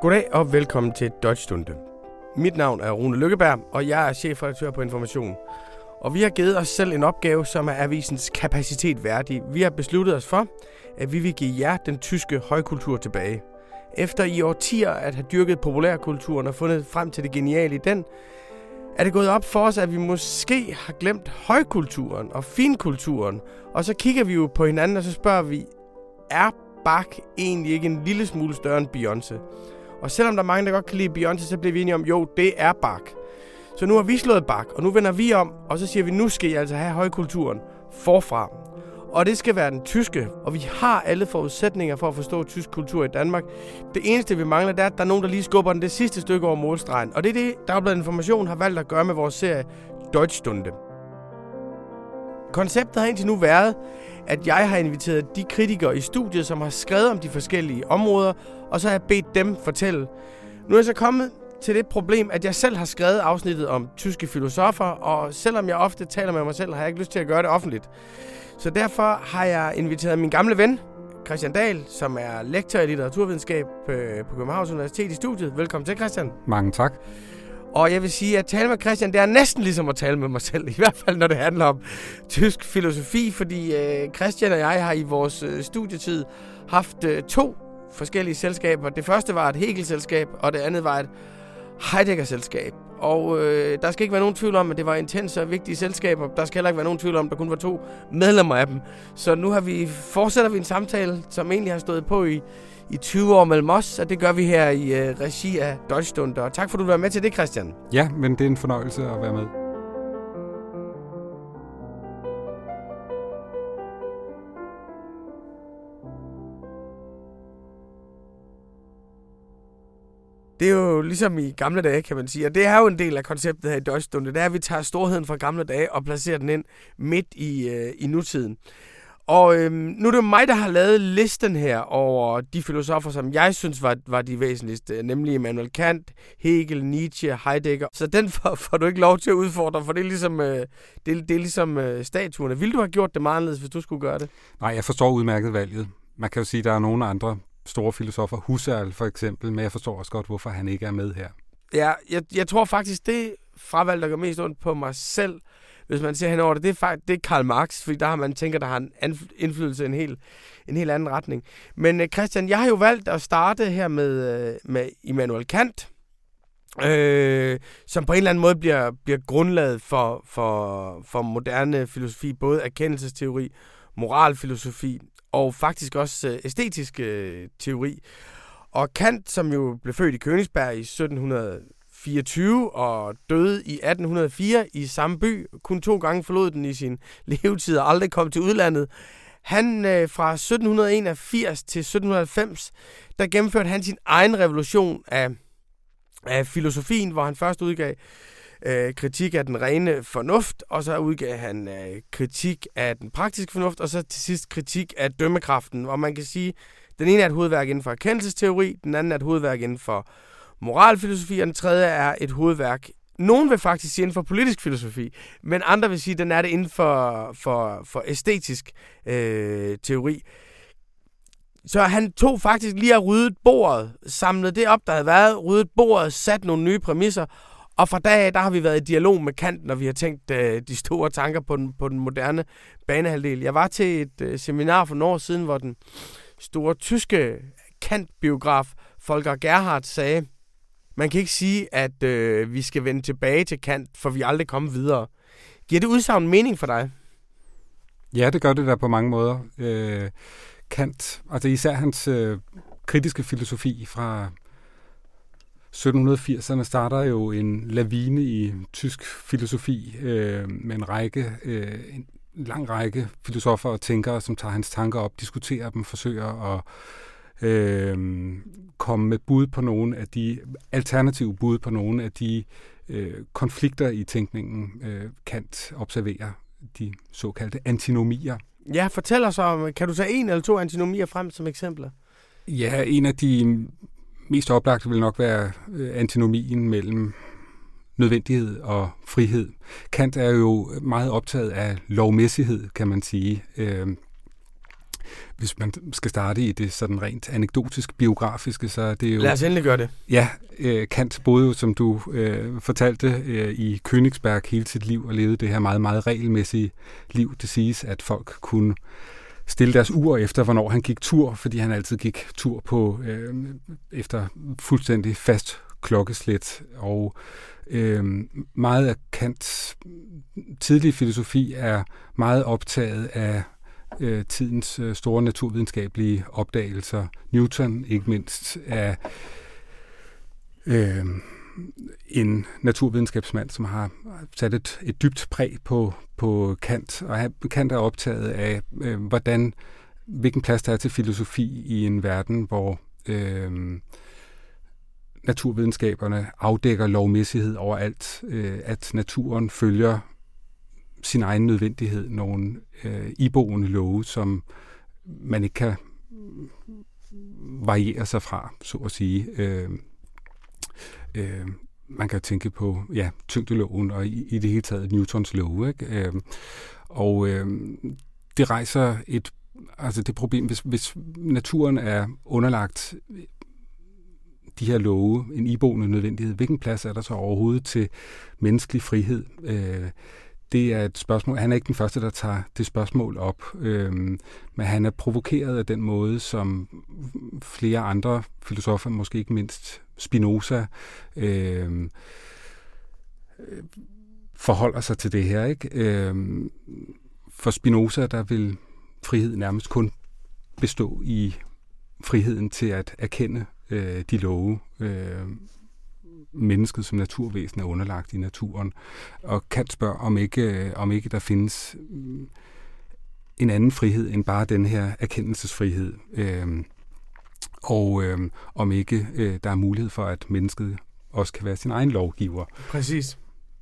Goddag og velkommen til Deutschstunde. Mit navn er Rune Lykkeberg, og jeg er chefredaktør på Information. Og vi har givet os selv en opgave, som er avisens kapacitet værdig. Vi har besluttet os for, at vi vil give jer den tyske højkultur tilbage. Efter i årtier at have dyrket populærkulturen og fundet frem til det geniale i den, er det gået op for os, at vi måske har glemt højkulturen og finkulturen. Og så kigger vi jo på hinanden, og så spørger vi, er Bach egentlig ikke en lille smule større end Beyoncé? Og selvom der er mange, der godt kan lide Beyoncé, så bliver vi enige om, jo, det er Bach. Så nu har vi slået Bach, og nu vender vi om, og så siger vi, nu skal I altså have højkulturen forfra. Og det skal være den tyske, og vi har alle forudsætninger for at forstå tysk kultur i Danmark. Det eneste, vi mangler, det er, at der er nogen, der lige skubber den det sidste stykke over målstregen. Og det er det, Dagbladet Information har valgt at gøre med vores serie Deutschstunde. Konceptet har indtil nu været, at jeg har inviteret de kritikere i studiet, som har skrevet om de forskellige områder, og så har jeg bedt dem fortælle. Nu er jeg så kommet til det problem, at jeg selv har skrevet afsnittet om tyske filosofer, og selvom jeg ofte taler med mig selv, har jeg ikke lyst til at gøre det offentligt. Så derfor har jeg inviteret min gamle ven, Christian Dahl, som er lektor i litteraturvidenskab på Københavns Universitet i studiet. Velkommen til, Christian. Mange tak. Og jeg vil sige, at tale med Christian, det er næsten ligesom at tale med mig selv, i hvert fald når det handler om tysk filosofi, fordi Christian og jeg har i vores studietid haft 2 forskellige selskaber. Det første var et Hegel-selskab, og det andet var et Heidegger-selskab. Og der skal ikke være nogen tvivl om, at det var intense og vigtige selskaber. Der skal heller ikke være nogen tvivl om, at der kun var 2 medlemmer af dem. Så nu fortsætter vi en samtale, som egentlig har stået på i 20 år mellem os, og det gør vi her i regi af Deutschstunde. Og tak for, at du vil være med til det, Christian. Ja, men det er en fornøjelse at være med. Det er jo ligesom i gamle dage, kan man sige, og det er jo en del af konceptet her i Deutschstunde. Det er, at vi tager storheden fra gamle dage og placerer den ind midt i nutiden. Og nu er det jo mig, der har lavet listen her over de filosofer, som jeg synes var de væsentligste, nemlig Immanuel Kant, Hegel, Nietzsche, Heidegger. Så den får du ikke lov til at udfordre, for det er ligesom statuerne. Ville du have gjort det meget anderledes, hvis du skulle gøre det? Nej, jeg forstår udmærket valget. Man kan jo sige, at der er nogle andre store filosofer, Husserl for eksempel, men jeg forstår også godt, hvorfor han ikke er med her. Ja, jeg tror faktisk, det fravalg, der går mest ondt på mig selv, hvis man ser henover det, det er Karl Marx, fordi der har man tænker, der har en indflydelse i en helt anden retning. Men Christian, jeg har jo valgt at starte her med Immanuel Kant, som på en eller anden måde bliver grundlaget for moderne filosofi, både erkendelsesteori, moralfilosofi og faktisk også æstetisk teori. Og Kant, som jo blev født i Königsberg i 1724 og døde i 1804 i samme by, kun 2 gange forlod den i sin levetid og aldrig kom til udlandet. Han fra 1781 til 1790, der gennemførte han sin egen revolution af filosofien, hvor han først udgav kritik af den rene fornuft, og så udgav han kritik af den praktiske fornuft, og så til sidst kritik af dømmekraften, hvor man kan sige, den ene er et hovedværk inden for erkendelsesteori, den anden er et hovedværk inden for moralfilosofi, og den tredje er et hovedværk, nogen vil faktisk sige inden for politisk filosofi, men andre vil sige, at den er det inden for æstetisk teori. Så han tog faktisk lige at rydde bordet, samlede det op, der havde været, ryddet bordet, sat nogle nye præmisser, og fra dag af, der har vi været i dialog med Kant, når vi har tænkt de store tanker på den moderne banehalvdel. Jeg var til et seminar for nogle år siden, hvor den store tyske Kant-biograf Volker Gerhardt sagde, man kan ikke sige, at vi skal vende tilbage til Kant, for vi er aldrig kommet videre. Giver det udsagn mening for dig? Ja, det gør det der på mange måder. Kant, altså især hans kritiske filosofi fra 1780'erne starter jo en lavine i tysk filosofi med en lang række filosofer og tænkere, som tager hans tanker op, diskuterer dem, forsøger at komme med bud på nogle af de alternative bud på nogle af de konflikter i tænkningen, Kant observerer, de såkaldte antinomier. Ja, fortæl os om, kan du tage 1 eller 2 antinomier frem som eksempler? Ja, en af de mest oplagte vil nok være antinomien mellem nødvendighed og frihed. Kant er jo meget optaget af lovmæssighed, kan man sige. Hvis man skal starte i det sådan rent anekdotisk biografiske, så er det jo... Lad os endelig gøre det. Ja, Kant boede jo, som du fortalte, i Königsberg hele sit liv og levede det her meget, meget regelmæssige liv. Det siges, at folk kunne stille deres ur efter, hvornår han gik tur, fordi han altid gik tur på efter fuldstændig fast klokkeslæt. Og meget af Kants tidlige filosofi er meget optaget af tidens store naturvidenskabelige opdagelser. Newton ikke mindst er en naturvidenskabsmand, som har sat et dybt præg på Kant, og Kant er optaget af, hvilken plads der er til filosofi i en verden, hvor naturvidenskaberne afdækker lovmæssighed overalt, at naturen følger sin egen nødvendighed, nogle iboende love, som man ikke kan variere sig fra, så at sige. Man kan tænke på tyngdeloven og i det hele taget Newtons love, ikke? Det rejser det problem, hvis naturen er underlagt de her love, en iboende nødvendighed, hvilken plads er der så overhovedet til menneskelig frihed? Det er et spørgsmål. Han er ikke den første, der tager det spørgsmål op, men han er provokeret af den måde, som flere andre filosofer, måske ikke mindst Spinoza, forholder sig til det her, ikke? For Spinoza, der vil frihed nærmest kun bestå i friheden til at erkende de love, mennesket som naturvæsen er underlagt i naturen. Og Kant spørger, om ikke der findes en anden frihed end bare den her erkendelsesfrihed. Og om ikke der er mulighed for, at mennesket også kan være sin egen lovgiver. Præcis.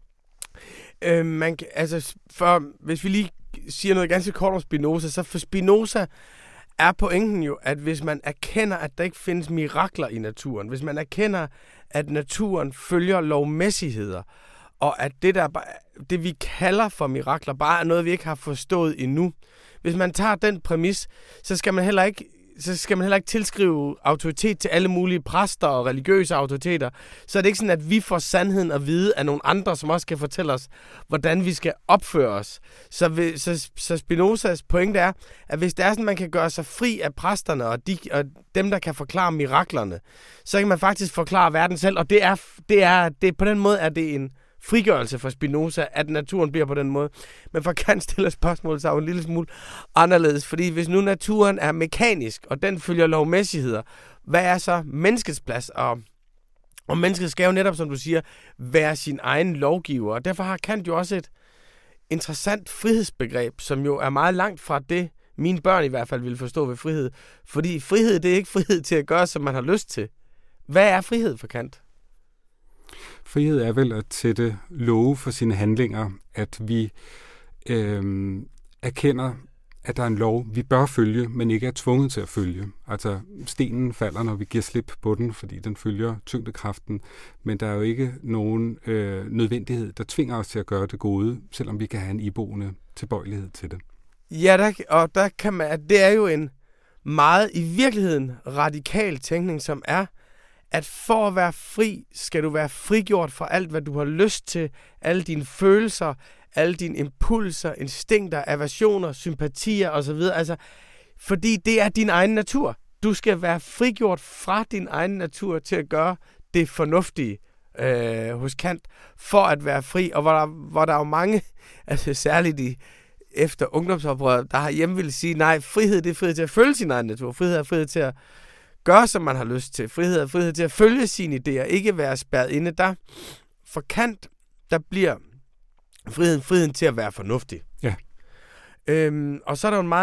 Hvis vi lige siger noget ganske kort om Spinoza, så for Spinoza er pointen jo, at hvis man erkender, at der ikke findes mirakler i naturen, hvis man erkender, at naturen følger lovmæssigheder, og at det vi kalder for mirakler, bare er noget, vi ikke har forstået endnu. Hvis man tager den præmis, så skal man heller ikke tilskrive autoritet til alle mulige præster og religiøse autoriteter. Så er det ikke sådan, at vi får sandheden at vide af nogle andre, som også kan fortælle os, hvordan vi skal opføre os. Så Spinozas pointe er, at hvis det er sådan, man kan gøre sig fri af præsterne og dem, der kan forklare miraklerne, så kan man faktisk forklare verden selv. Og på den måde er det en frigørelse for Spinoza, at naturen bliver på den måde. Men for Kant stiller spørgsmålet sig jo en lille smule anderledes, fordi hvis nu naturen er mekanisk, og den følger lovmæssigheder, hvad er så menneskets plads? Og mennesket skal jo netop, som du siger, være sin egen lovgiver. Og derfor har Kant jo også et interessant frihedsbegreb, som jo er meget langt fra det, mine børn i hvert fald ville forstå ved frihed. Fordi frihed, det er ikke frihed til at gøre, som man har lyst til. Hvad er frihed for Kant? Frihed er vel at sætte love for sine handlinger, at vi erkender, at der er en lov, vi bør følge, men ikke er tvunget til at følge. Altså, stenen falder, når vi giver slip på den, fordi den følger tyngdekraften, men der er jo ikke nogen nødvendighed, der tvinger os til at gøre det gode, selvom vi kan have en iboende tilbøjelighed til det. Ja, der kan man, det er jo en meget i virkeligheden radikal tænkning, som er, at for at være fri, skal du være frigjort fra alt, hvad du har lyst til, alle dine følelser, alle dine impulser, instinkter, aversioner, sympatier osv. Altså, fordi det er din egen natur. Du skal være frigjort fra din egen natur til at gøre det fornuftige hos Kant, for at være fri. Og hvor der er jo mange, altså særligt efter ungdomsoprøret, der har hjemme ville sige, nej, frihed det er frihed til at følge sin egen natur. Frihed er frihed til at gøre, som man har lyst til. Frihed er frihed til at følge sine idéer, ikke være spærret inde. Der for Kant, der bliver friheden til at være fornuftig. Ja. Og så er der jo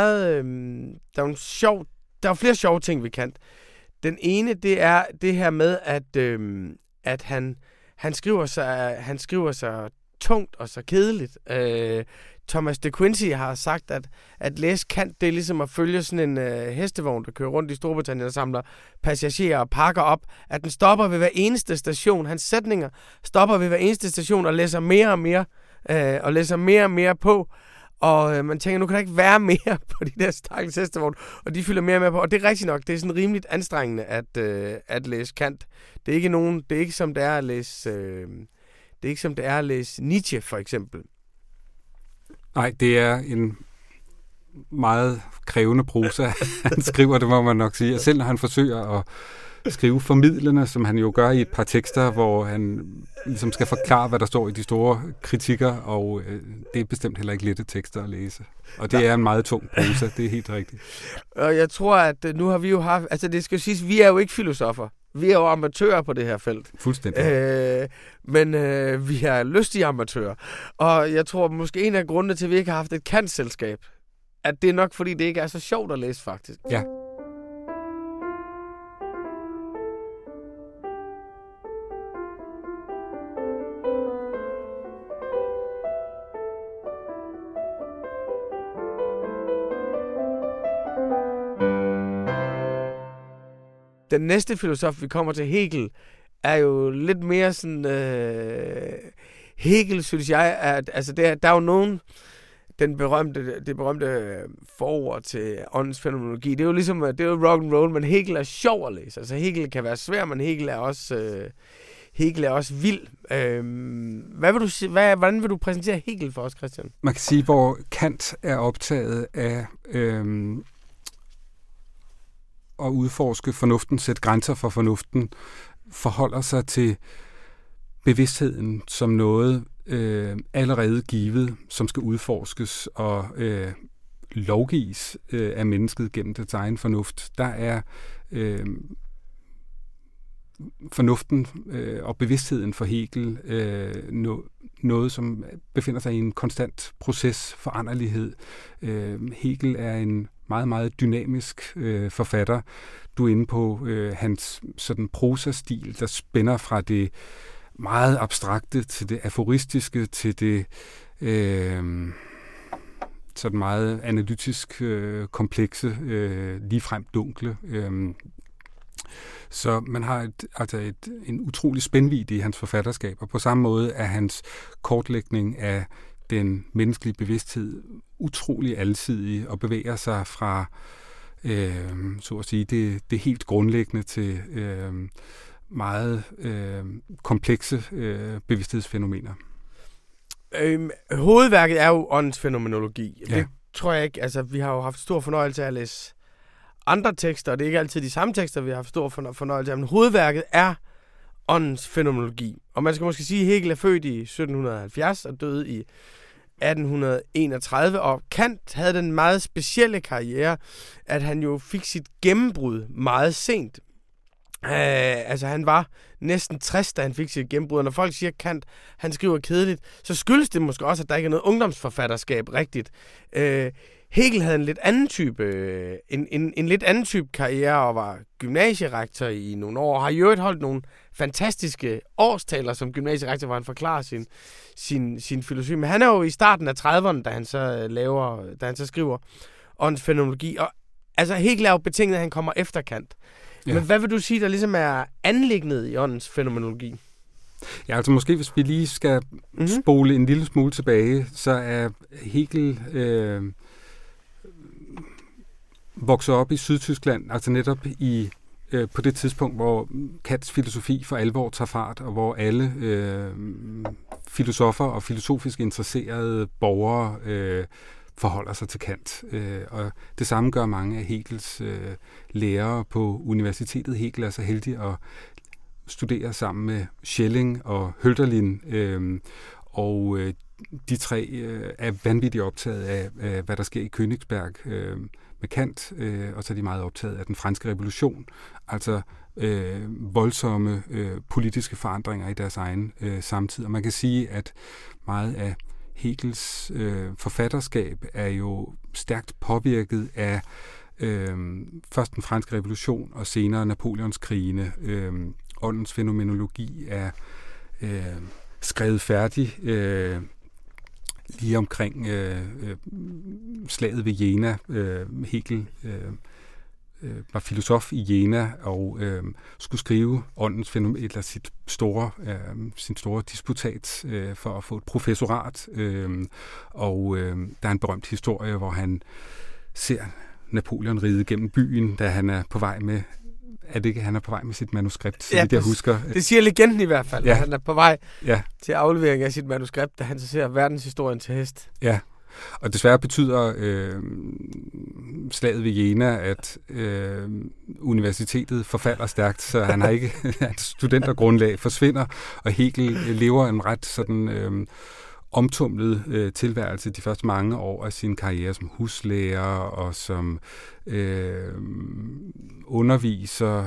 der er flere sjove ting ved Kant. Den ene, det er det her med, at han skriver sig tungt og så kedeligt. Thomas de Quincey har sagt, at læse Kant, det er ligesom at følge sådan en hestevogn, der kører rundt i Storbritannien og samler passagerer og pakker op, at den stopper ved hver eneste station. Hans sætninger stopper ved hver eneste station og læser mere og mere på. Og man tænker, nu kan der ikke være mere på de der stakkels hestevogne, og de fylder mere og mere på. Og det er rigtigt nok, det er sådan rimeligt anstrengende at læse Kant. Det er ikke som det er at læse, det er ikke som det er at læse Nietzsche, for eksempel. Nej, det er en meget krævende prosa, han skriver, det må man nok sige. Og selv når han forsøger at skrive formidlende, som han jo gør i et par tekster, hvor han ligesom skal forklare, hvad der står i de store kritikker, og det er bestemt heller ikke lette tekster at læse. Og det er en meget tung prosa, det er helt rigtigt. Og jeg tror, at nu har vi jo haft, altså det skal jo siges, vi er jo ikke filosofer. Vi er jo amatører på det her felt. Fuldstændig. Men vi er lystige amatører. Og jeg tror måske en af grundene til, at vi ikke har haft et Kant-selskab, at det er nok, fordi det ikke er så sjovt at læse, faktisk. Ja. Den næste filosof, vi kommer til, Hegel, er jo lidt mere sådan... Hegel, synes jeg, altså der er jo nogen... Det berømte forord til åndens fænomenologi, det er jo ligesom, det er jo rock and roll, men Hegel er sjov at læse. Altså Hegel kan være svær, men Hegel er også vild. Hvordan vil du præsentere Hegel for os, Christian? Man kan sige, hvor Kant er optaget af at udforske fornuften, sætte grænser for fornuften, forholder sig til bevidstheden som noget allerede givet, som skal udforskes og lovgives af mennesket gennem dets egen fornuft. Der er fornuften og bevidstheden for Hegel noget, som befinder sig i en konstant proces, foranderlighed. Hegel er en meget, meget dynamisk forfatter. Du er inde på hans sådan prosastil, der spænder fra det meget abstrakte til det aforistiske, til det sådan meget analytisk komplekse, ligefrem dunkle. Så man har en utrolig spændvidde i hans forfatterskab, og på samme måde er hans kortlægning af den menneskelige bevidsthed utrolig alsidig og bevæger sig fra så at sige det helt grundlæggende til meget komplekse bevidsthedsfænomener. Hovedværket er jo åndens fænomenologi. Ja. Det tror jeg ikke, altså vi har jo haft stor fornøjelse af at læse andre tekster, og det er ikke altid de samme tekster, vi har haft stor fornøjelse af, men hovedværket er åndens fænomenologi. Og man skal måske sige, at Hegel er født i 1770 og døde i 1831, og Kant havde den meget specielle karriere, at han jo fik sit gennembrud meget sent. Altså han var næsten 60, da han fik sit gennembrud, og når folk siger, at Kant han skriver kedeligt, så skyldes det måske også, at der ikke er noget ungdomsforfatterskab rigtigt. Hegel havde en lidt anden type karriere og var gymnasierektor i nogle år, og har i øvrigt holdt nogle fantastiske årstaler som gymnasierektor, hvor han forklarer sin filosofi. Men han er jo i starten af 30'erne, da han så skriver åndens fænomenologi. Og altså Hegel er jo betinget, at han kommer efter Kant. Ja. Men hvad vil du sige, der ligesom er anliggende i åndens fænomenologi? Ja, altså måske hvis vi lige skal spole en lille smule tilbage, så er Hegel vokset op i Sydtyskland, altså netop på det tidspunkt, hvor Kants filosofi for alvor tager fart, og hvor alle filosofer og filosofisk interesserede borgere forholder sig til Kant. Og det samme gør mange af Hegels lærere på universitetet. Hegel er så heldig at studere sammen med Schelling og Hölderlin, og de tre er vanvittigt optaget af, hvad der sker i Königsberg med Kant, og så er de meget optaget af den franske revolution, altså voldsomme politiske forandringer i deres egen samtid. Og man kan sige, at meget af Hegels forfatterskab er jo stærkt påvirket af først den franske revolution og senere Napoleonskrigene. Åndens fænomenologi er skrevet færdig lige omkring slaget ved Jena. Hegel var filosof i Jena og skulle skrive åndens fænomen, eller sin store disputat for at få et professorat. Og der er en berømt historie, hvor han ser Napoleon ride gennem byen, da han er på vej med han er på vej med sit manuskript, så vidt jeg husker. Det siger legenden i hvert fald, ja. at han er på vej til aflevering af sit manuskript, da han så ser verdenshistorien til hest. Ja, og desværre betyder slaget ved Jena, at universitetet forfalder stærkt, så han har ikke studentergrundlag forsvinder, og Hegel lever en ret sådan omtumlet tilværelse de første mange år af sin karriere som huslærer og som underviser,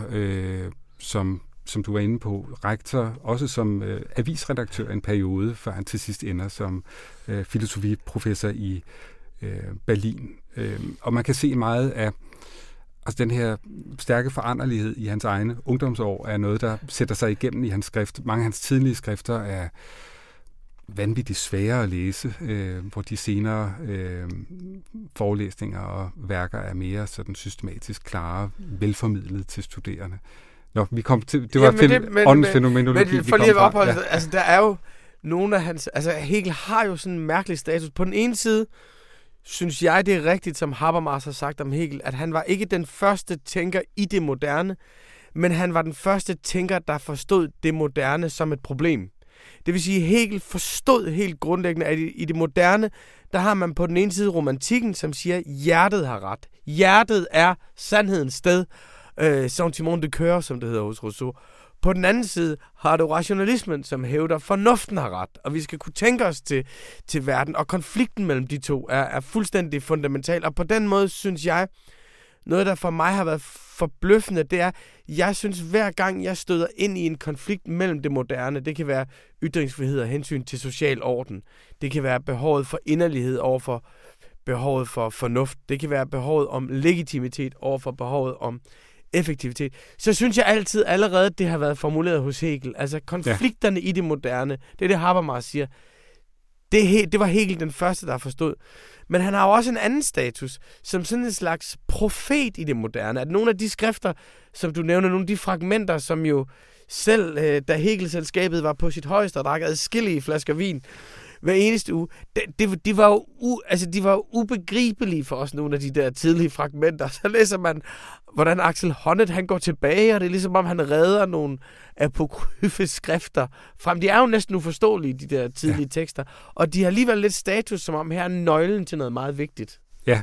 som du var inde på, rektor, også som avisredaktør en periode, før han til sidst ender som filosofiprofessor i Berlin. Og man kan se meget af den her stærke foranderlighed i hans egne ungdomsår er noget, der sætter sig igennem i hans skrift. Mange af hans tidlige skrifter er vanvittigt svære at læse, hvor de senere forelæsninger og værker er mere sådan systematisk klare, velformidlet til studerende. Nå, vi kom til, det var åndens fænomenologi. Men for lige at opholde, altså der er jo nogle af hans, altså Hegel har jo sådan en mærkelig status. På den ene side synes jeg, det er rigtigt, som Habermas har sagt om Hegel, at han var ikke den første tænker i det moderne, men han var den første tænker, der forstod det moderne som et problem. Det vil sige, at Hegel forstod helt grundlæggende, at i det moderne, der har man på den ene side romantikken, som siger, at hjertet har ret. Hjertet er sandhedens sted. Sentiment de cœur, som det hedder hos Rousseau. På den anden side har du rationalismen, som hævder, fornuften har ret, og vi skal kunne tænke os til verden, og konflikten mellem de to er fuldstændig fundamental, og på den måde synes jeg, noget der for mig har været forbløffende, det er, jeg synes hver gang jeg støder ind i en konflikt mellem det moderne, det kan være ytringsfrihed og hensyn til social orden, det kan være behovet for inderlighed overfor behovet for fornuft, det kan være behovet om legitimitet overfor behovet om effektivitet, så synes jeg altid allerede, det har været formuleret hos Hegel. Altså konflikterne i det moderne, det er det Habermas siger, det var Hegel den første, der forstod. Men han har jo også en anden status, som sådan en slags profet i det moderne. At nogle af de skrifter, som du nævner, nogle af de fragmenter, som jo selv, da Hegel-selskabet var på sit højeste og drak adskillige flasker vin hver eneste uge, de var jo ubegribelige for os, nogle af de der tidlige fragmenter. Så læser man, hvordan Axel Honneth, han går tilbage, og det er ligesom om, han redder nogle apokryfe skrifter frem. De er jo næsten uforståelige, de der tidlige tekster, og de har alligevel lidt status, som om her er nøglen til noget meget vigtigt.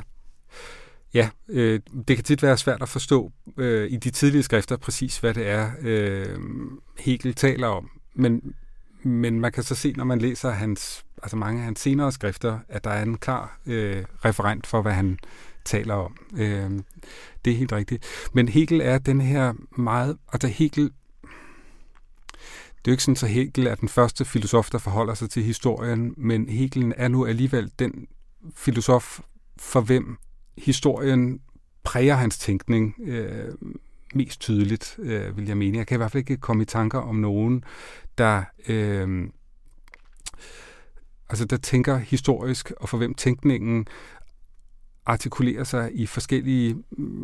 Ja, det kan tit være svært at forstå i de tidlige skrifter præcis, hvad det er, Hegel taler om, men man kan så se, når man læser mange af hans senere skrifter, at der er en klar referent for, hvad han taler om. Det er helt rigtigt. Men Hegel er den her meget... Altså Hegel... Det er jo ikke sådan, at Hegel er den første filosof, der forholder sig til historien, men Hegel er nu alligevel den filosof, for hvem historien præger hans tænkning mest tydeligt, vil jeg mene. Jeg kan i hvert fald ikke komme i tanker om nogen, der der tænker historisk, og for hvem tænkningen artikulerer sig i forskellige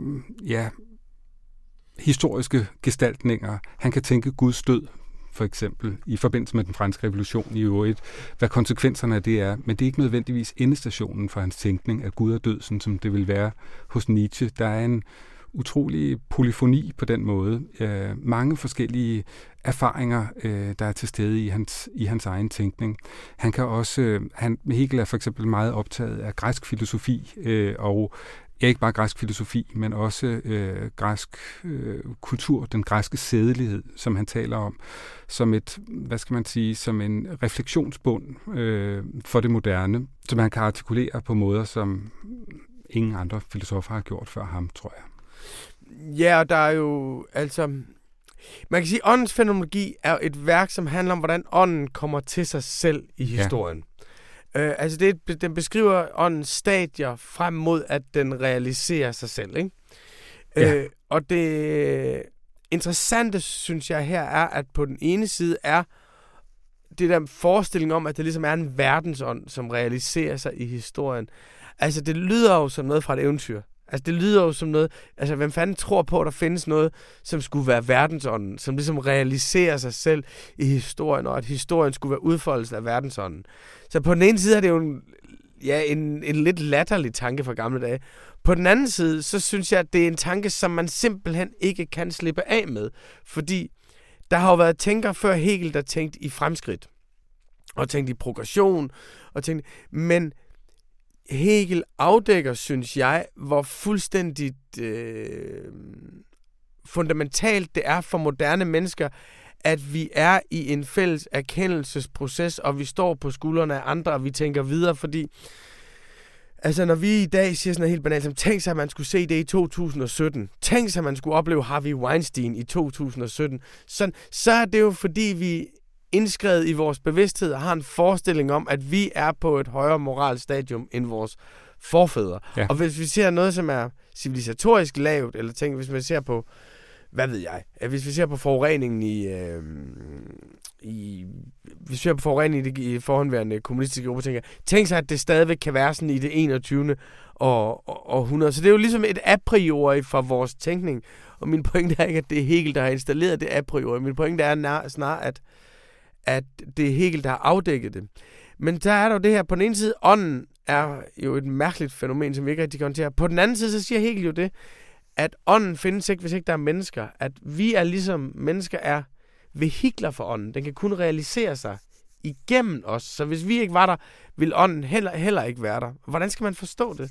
historiske gestaltninger. Han kan tænke Guds død, for eksempel, i forbindelse med den franske revolution i øvrigt, hvad konsekvenserne af det er, men det er ikke nødvendigvis endestationen for hans tænkning, at Gud er død, sådan som det vil være hos Nietzsche. Der er en utrolig polyfoni på den måde. Mange forskellige erfaringer, der er til stede i hans egen tænkning. Han kan også, Hegel er for eksempel meget optaget af græsk filosofi, og ikke bare græsk filosofi, men også græsk kultur, den græske sædelighed, som han taler om, som et, som en refleksionsbund for det moderne, som han kan artikulere på måder, som ingen andre filosofer har gjort før ham, tror jeg. Ja, og der er jo, man kan sige, åndens fænomenologi er et værk, som handler om, hvordan ånden kommer til sig selv i historien. Ja. Den beskriver åndens stadier frem mod, at den realiserer sig selv, ikke? Ja. Og det interessante, synes jeg her, er, at på den ene side er det der forestilling om, at det ligesom er en verdensånd, som realiserer sig i historien. Altså, det lyder jo som noget fra et eventyr. Altså, det lyder jo som noget... Altså, hvem fanden tror på, at der findes noget, som skulle være verdensånden, som ligesom realiserer sig selv i historien, og at historien skulle være udfoldelse af verdensånden. Så på den ene side er det jo en lidt latterlig tanke fra gamle dage. På den anden side, så synes jeg, at det er en tanke, som man simpelthen ikke kan slippe af med. Fordi der har jo været tænkere før Hegel, der tænkte i fremskridt, og tænkte i progression, men Hegel afdækker, synes jeg, hvor fuldstændigt fundamentalt det er for moderne mennesker, at vi er i en fælles erkendelsesproces, og vi står på skuldrene af andre, og vi tænker videre, fordi altså, når vi i dag siger sådan noget helt banalt, som tænk sig, at man skulle se det i 2017, tænk sig, at man skulle opleve Harvey Weinstein i 2017, så er det jo, fordi vi indskrevet i vores bevidsthed og har en forestilling om, at vi er på et højere moralsk stadium end vores forfædre. Ja. Og hvis vi ser noget, som er civilisatorisk lavt, eller tænk, hvis man ser på, hvad ved jeg, hvis vi ser på forureningen hvis vi ser på forureningen i forhåndværende kommunistiske Europa, tænk sig, at det stadigvæk kan være sådan i det 21. århundrede. Så det er jo ligesom et a priori for vores tænkning. Og min pointe er ikke, at det er Hegel, der har installeret det a priori. Min pointe er snarere, at det er Hegel, der har afdækket det. Men der er der jo det her, på den ene side, ånden er jo et mærkeligt fænomen, som vi ikke rigtig kan håndtere. På den anden side, så siger Hegel jo det, at ånden findes ikke, hvis ikke der er mennesker. At vi er ligesom, mennesker er vehikler for ånden. Den kan kun realisere sig igennem os. Så hvis vi ikke var der, vil ånden heller ikke være der. Hvordan skal man forstå det?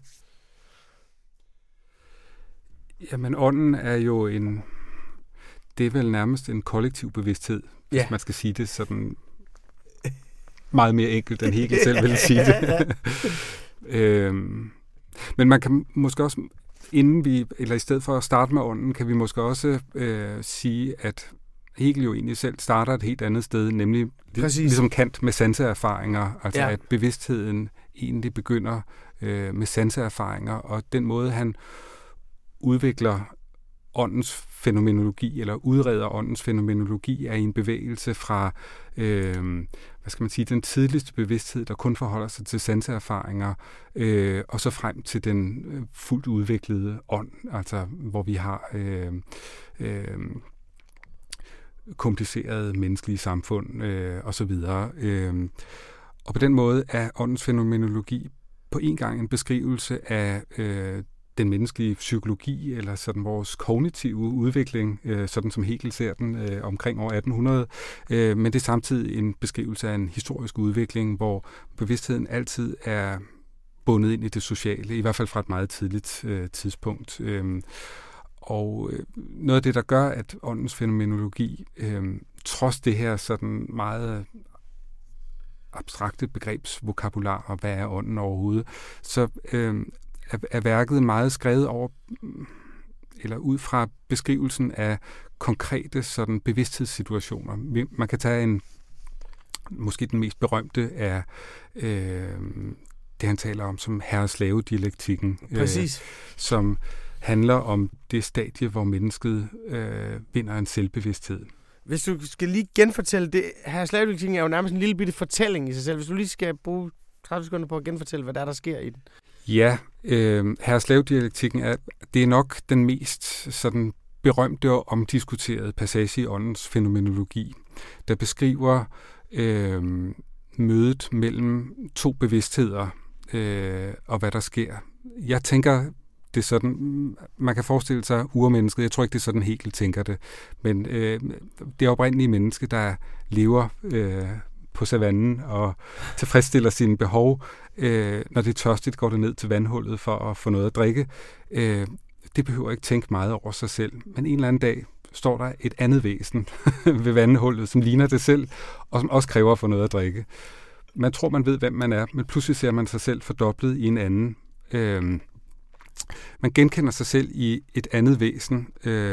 Jamen, ånden er jo det er vel nærmest en kollektiv bevidsthed, hvis man skal sige det sådan meget mere enkelt, end Hegel selv ville sige det. Men man kan måske også, i stedet for at starte med ånden, kan vi måske også sige, at Hegel jo egentlig selv starter et helt andet sted, nemlig ligesom Kant med sanseerfaringer, altså at bevidstheden egentlig begynder med sanseerfaringer, og den måde, han udvikler åndens fænomenologi, eller udreder åndens fænomenologi, er i en bevægelse fra, den tidligste bevidsthed, der kun forholder sig til sanseerfaringer, og så frem til den fuldt udviklede ånd, altså hvor vi har komplicerede menneskelige samfund og så videre. Og på den måde er åndens fænomenologi på en gang en beskrivelse af den menneskelige psykologi, eller sådan vores kognitive udvikling, sådan som Hegel ser den omkring år 1800, men det er samtidig en beskrivelse af en historisk udvikling, hvor bevidstheden altid er bundet ind i det sociale, i hvert fald fra et meget tidligt tidspunkt. Og noget af det, der gør, at åndens fænomenologi, trods det her sådan meget abstrakte begrebsvokabular, og hvad er ånden overhovedet, så er værket meget skrevet over, eller ud fra beskrivelsen af konkrete sådan bevidsthedssituationer. Man kan tage måske den mest berømte er det, han taler om som herre-slave-dialektikken. Præcis. Som handler om det stadie, hvor mennesket vinder en selvbevidsthed. Hvis du skal lige genfortælle det, herre-slave-dialektikken er jo nærmest en lille bitte fortælling i sig selv. Hvis du lige skal bruge 30 sekunder på at genfortælle, hvad der sker i den. Ja, herre-slave-dialektikken det er nok den mest sådan berømte og omdiskuterede passage i åndens fænomenologi, der beskriver mødet mellem to bevidstheder og hvad der sker. Jeg tænker, det er sådan, man kan forestille sig urmennesket, jeg tror ikke, det er sådan Hegel tænker det, men det oprindelige menneske, der lever på savannen og tilfredsstiller sine behov. Når det er tørstigt, går det ned til vandhullet for at få noget at drikke. Det behøver ikke tænke meget over sig selv. Men en eller anden dag står der et andet væsen ved vandhullet, som ligner det selv, og som også kræver at få noget at drikke. Man tror, man ved, hvem man er, men pludselig ser man sig selv fordoblet i en anden. Man genkender sig selv i et andet væsen,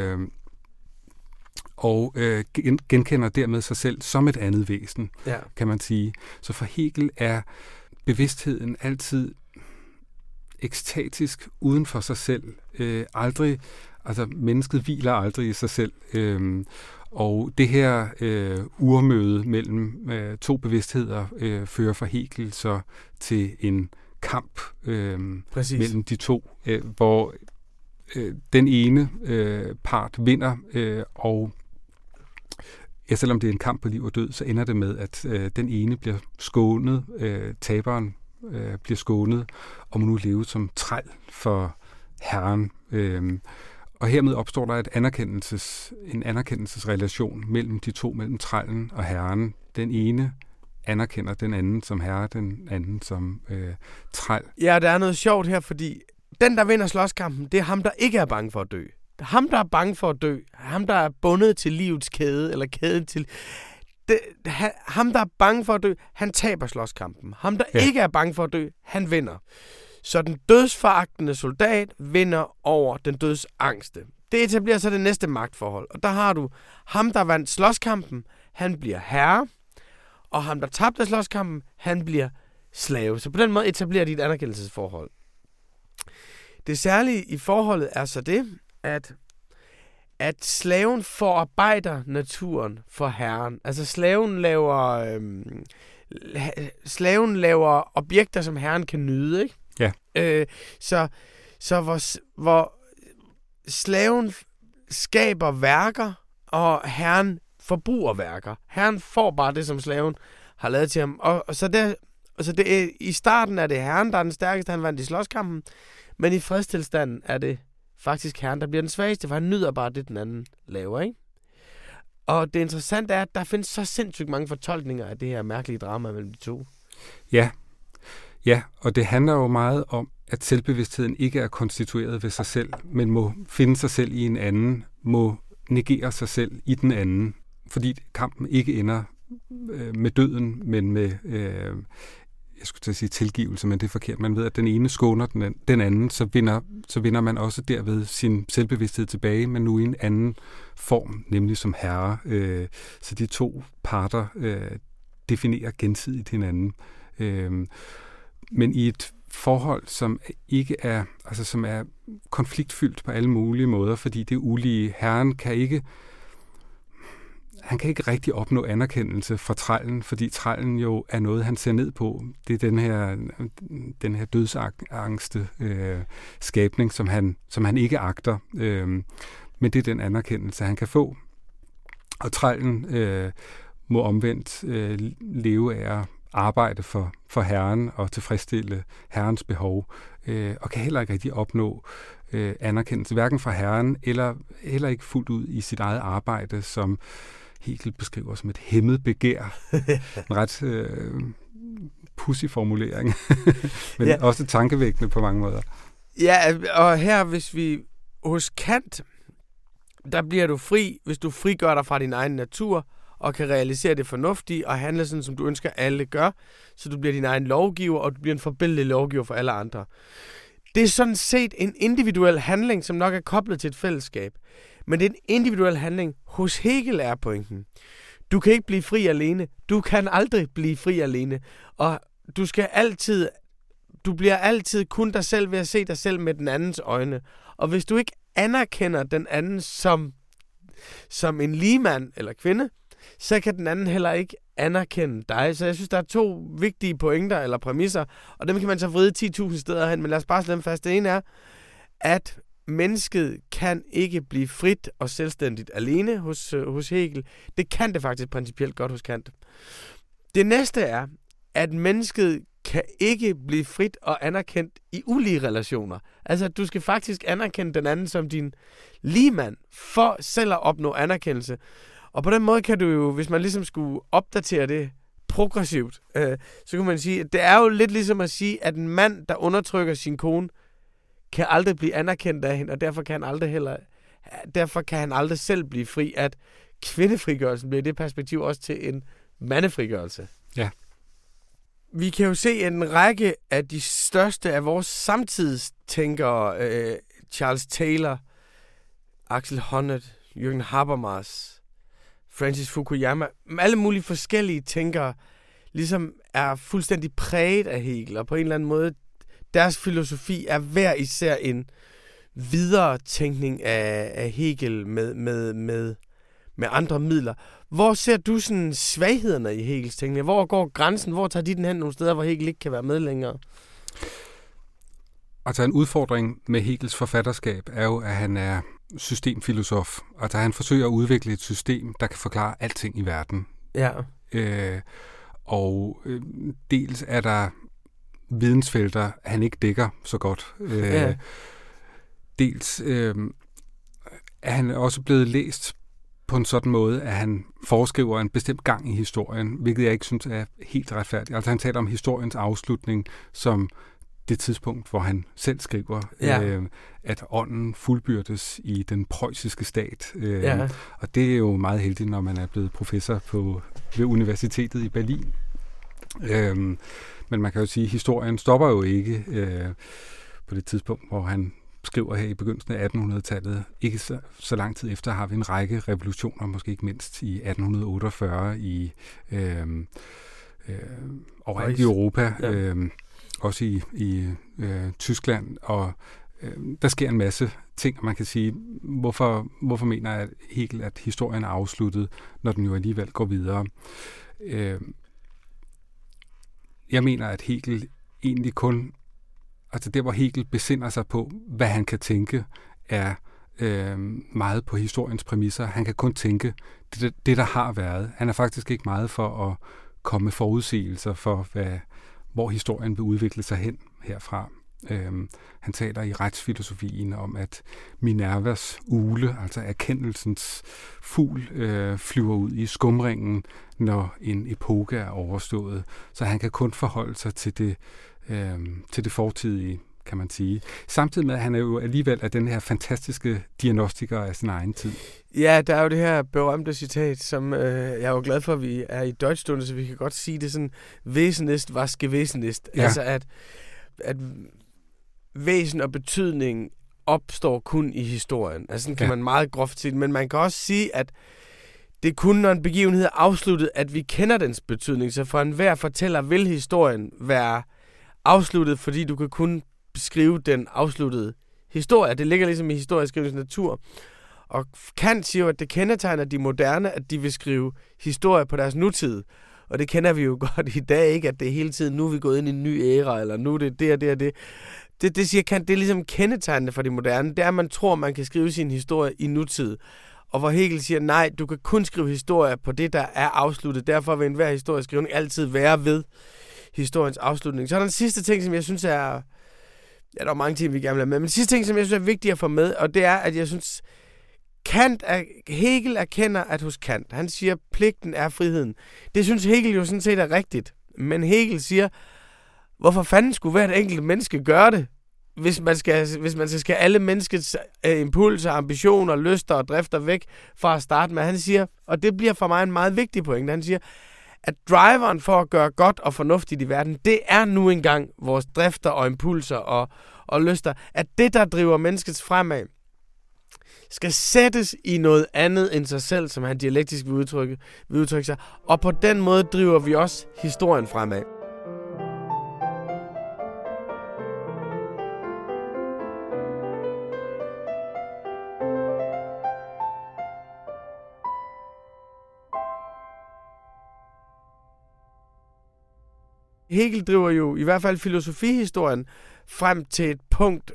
og genkender dermed sig selv som et andet væsen, kan man sige. Så for Hegel er bevidstheden altid ekstatisk uden for sig selv. Mennesket hviler aldrig i sig selv. Og det her urmøde mellem to bevidstheder fører for Hegel så til en kamp mellem de to, hvor den ene part vinder, og selvom det er en kamp på liv og død, så ender det med, at den ene bliver skånet, taberen bliver skånet, og må nu leve som træl for herren. Og hermed opstår der en anerkendelsesrelation mellem de to, mellem trællen og herren. Den ene anerkender den anden som herre, den anden som træl. Ja, der er noget sjovt her, fordi den, der vinder slåskampen, det er ham, der ikke er bange for at dø. Ham, der er bange for at dø. Ham, der er bundet til livets kæde, eller kæden til... ham, der er bange for at dø, han taber slåskampen. Ham, der ikke er bange for at dø, han vinder. Så den dødsforagtende soldat vinder over den dødsangste. Det etablerer så det næste magtforhold. Og der har du ham, der vandt slåskampen, han bliver herre, og ham, der tabte slåskampen, han bliver slave. Så på den måde etablerer de et anerkendelsesforhold. Det særlige i forholdet er så det, at slaven forarbejder naturen for herren. Altså slaven laver objekter, som herren kan nyde, ikke? Ja. Så hvor slaven skaber værker, og herren forbruger værker. Herren får bare det, som slaven har lavet til ham. Og så det er, i starten er det herren, der er den stærkeste, han vandt i slåskampen, men i fredstilstanden er det faktisk herren, der bliver den svageste, for han nyder bare det, den anden laver, ikke? Og det interessante er, at der findes så sindssygt mange fortolkninger af det her mærkelige drama mellem de to. Ja, og det handler jo meget om, at selvbevidstheden ikke er konstitueret ved sig selv, men må finde sig selv i en anden, må negere sig selv i den anden, fordi kampen ikke ender med døden, men med, jeg skulle til at sige tilgivelse, men det er forkert. Man ved, at den ene skåner den anden, så vinder man også derved sin selvbevidsthed tilbage, men nu i en anden form, nemlig som herre. Så de to parter definerer gensidigt hinanden. Men i et forhold, som ikke er, altså som er konfliktfyldt på alle mulige måder, fordi det er ulige. Herren kan ikke rigtig opnå anerkendelse fra trællen, fordi trællen jo er noget, han ser ned på. Det er den her dødsangste skabning, som han ikke agter. Men det er den anerkendelse, han kan få. Og trællen må omvendt leve af at arbejde for herren og tilfredsstille herrens behov, og kan heller ikke rigtig opnå anerkendelse, hverken fra herren, eller heller ikke fuldt ud i sit eget arbejde, som Hegel beskriver som et hæmmet begær. En ret pudsig formulering, men også tankevækkende på mange måder. Ja, og her, hvis vi hos Kant, der bliver du fri, hvis du frigør dig fra din egen natur, og kan realisere det fornuftige, og handle sådan, som du ønsker, alle gør, så du bliver din egen lovgiver, og du bliver en forbilledlig lovgiver for alle andre. Det er sådan set en individuel handling, som nok er koblet til et fællesskab. Men det er en individuel handling. Hos Hegel er pointen. Du kan ikke blive fri alene. Du kan aldrig blive fri alene. Og du bliver altid kun dig selv ved at se dig selv med den andens øjne. Og hvis du ikke anerkender den anden som en ligemand eller kvinde, så kan den anden heller ikke anerkende dig. Så jeg synes, der er to vigtige pointer eller præmisser, og dem kan man så vride 10.000 steder hen, men lad os bare slå dem fast. Det ene er, at mennesket kan ikke blive frit og selvstændigt alene hos Hegel. Det kan det faktisk principielt godt hos Kant. Det næste er, at mennesket kan ikke blive frit og anerkendt i ulige relationer. Altså, du skal faktisk anerkende den anden som din ligemand, for selv at opnå anerkendelse. Og på den måde kan du jo, hvis man ligesom skulle opdatere det progressivt, så kan man sige, at det er jo lidt ligesom at sige, at en mand, der undertrykker sin kone, kan aldrig blive anerkendt af hende, og derfor kan han aldrig selv blive fri, at kvindefrigørelsen bliver i det perspektiv også til en mandefrigørelse. Ja. Vi kan jo se en række af de største af vores samtidstænkere, Charles Taylor, Axel Honneth, Jürgen Habermas, Francis Fukuyama, alle mulige forskellige tænkere, ligesom er fuldstændig præget af Hegel, og på en eller anden måde, deres filosofi er hver især en videre tænkning af Hegel med andre midler. Hvor ser du sådan svaghederne i Hegels tænkning? Hvor går grænsen? Hvor tager de den hen nogle steder, hvor Hegel ikke kan være med længere? Altså en udfordring med Hegels forfatterskab er jo, at han er systemfilosof. Altså han forsøger at udvikle et system, der kan forklare alting i verden. Ja. Dels er der vidensfelter, han ikke dækker så godt. Dels er han også blevet læst på en sådan måde, at han foreskriver en bestemt gang i historien, hvilket jeg ikke synes er helt retfærdigt. Altså han taler om historiens afslutning som det tidspunkt, hvor han selv skriver, at ånden fuldbyrdes i den preussiske stat. Og det er jo meget heldigt, når man er blevet professor ved universitetet i Berlin. Men man kan jo sige, at historien stopper jo ikke på det tidspunkt, hvor han skriver her i begyndelsen af 1800-tallet. Ikke så lang tid efter har vi en række revolutioner, måske ikke mindst i 1848 overalt i Europa, også i Tyskland, og der sker en masse ting, og man kan sige, hvorfor mener Hegel, at historien er afsluttet, når den jo alligevel går videre. Jeg mener, at Hegel egentlig kun, altså der, hvor Hegel besinder sig på, hvad han kan tænke, er meget på historiens præmisser. Han kan kun tænke det, der har været. Han er faktisk ikke meget for at komme med forudsigelser for, hvor historien vil udvikle sig hen herfra. Han taler i retsfilosofien om, at Minervas ugle, altså erkendelsens fugl, flyver ud i skumringen, når en epoke er overstået. Så han kan kun forholde sig til det fortidige, kan man sige. Samtidig med, at han er jo alligevel af den her fantastiske diagnostiker af sin egen tid. Ja, der er jo det her berømte citat, som jeg er jo glad for, at vi er i Deutschstunde, så vi kan godt sige det sådan, Wesen ist, was gewesen ist. Ja. Altså at væsen og betydning opstår kun i historien. Altså sådan kan man meget groft sige, men man kan også sige, at det er kun, når en begivenhed er afsluttet, at vi kender dens betydning. Så for enhver fortæller vil historien være afsluttet, fordi du kan kun beskrive den afsluttede historie. Det ligger ligesom i historieskrivningens natur. Og Kant siger jo, at det kendetegner de moderne, at de vil skrive historie på deres nutid. Og det kender vi jo godt i dag, ikke? At det er hele tiden, nu er vi gået ind i en ny æra, eller nu er det det og det og det. Det siger Kant, det er ligesom kendetegnende for de moderne. Det er, at man tror, man kan skrive sin historie i nutid. Og hvor Hegel siger, nej, du kan kun skrive historie på det, der er afsluttet. Derfor vil enhver historieskrivning altid være ved historiens afslutning. Så er der en sidste ting, som jeg synes er... Ja, der er mange ting, vi gerne vil have med. Men den sidste ting, som jeg synes er vigtigt at få med, og det er, at jeg synes... Hegel erkender, at hos Kant, han siger, pligten er friheden. Det synes Hegel jo sådan set er rigtigt. Men Hegel siger, hvorfor fanden skulle hvert enkelt menneske gøre det? Hvis man skal alle menneskets impulser, ambitioner, lyster og drifter væk fra at starte med. Han siger, og det bliver for mig en meget vigtig pointe, han siger, at driveren for at gøre godt og fornuftigt i verden, det er nu engang vores drifter og impulser og lyster. At det, der driver menneskets fremad, skal sættes i noget andet end sig selv, som han dialektisk vil udtrykke sig. Og på den måde driver vi også historien fremad. Hegel driver jo i hvert fald filosofihistorien frem til et punkt,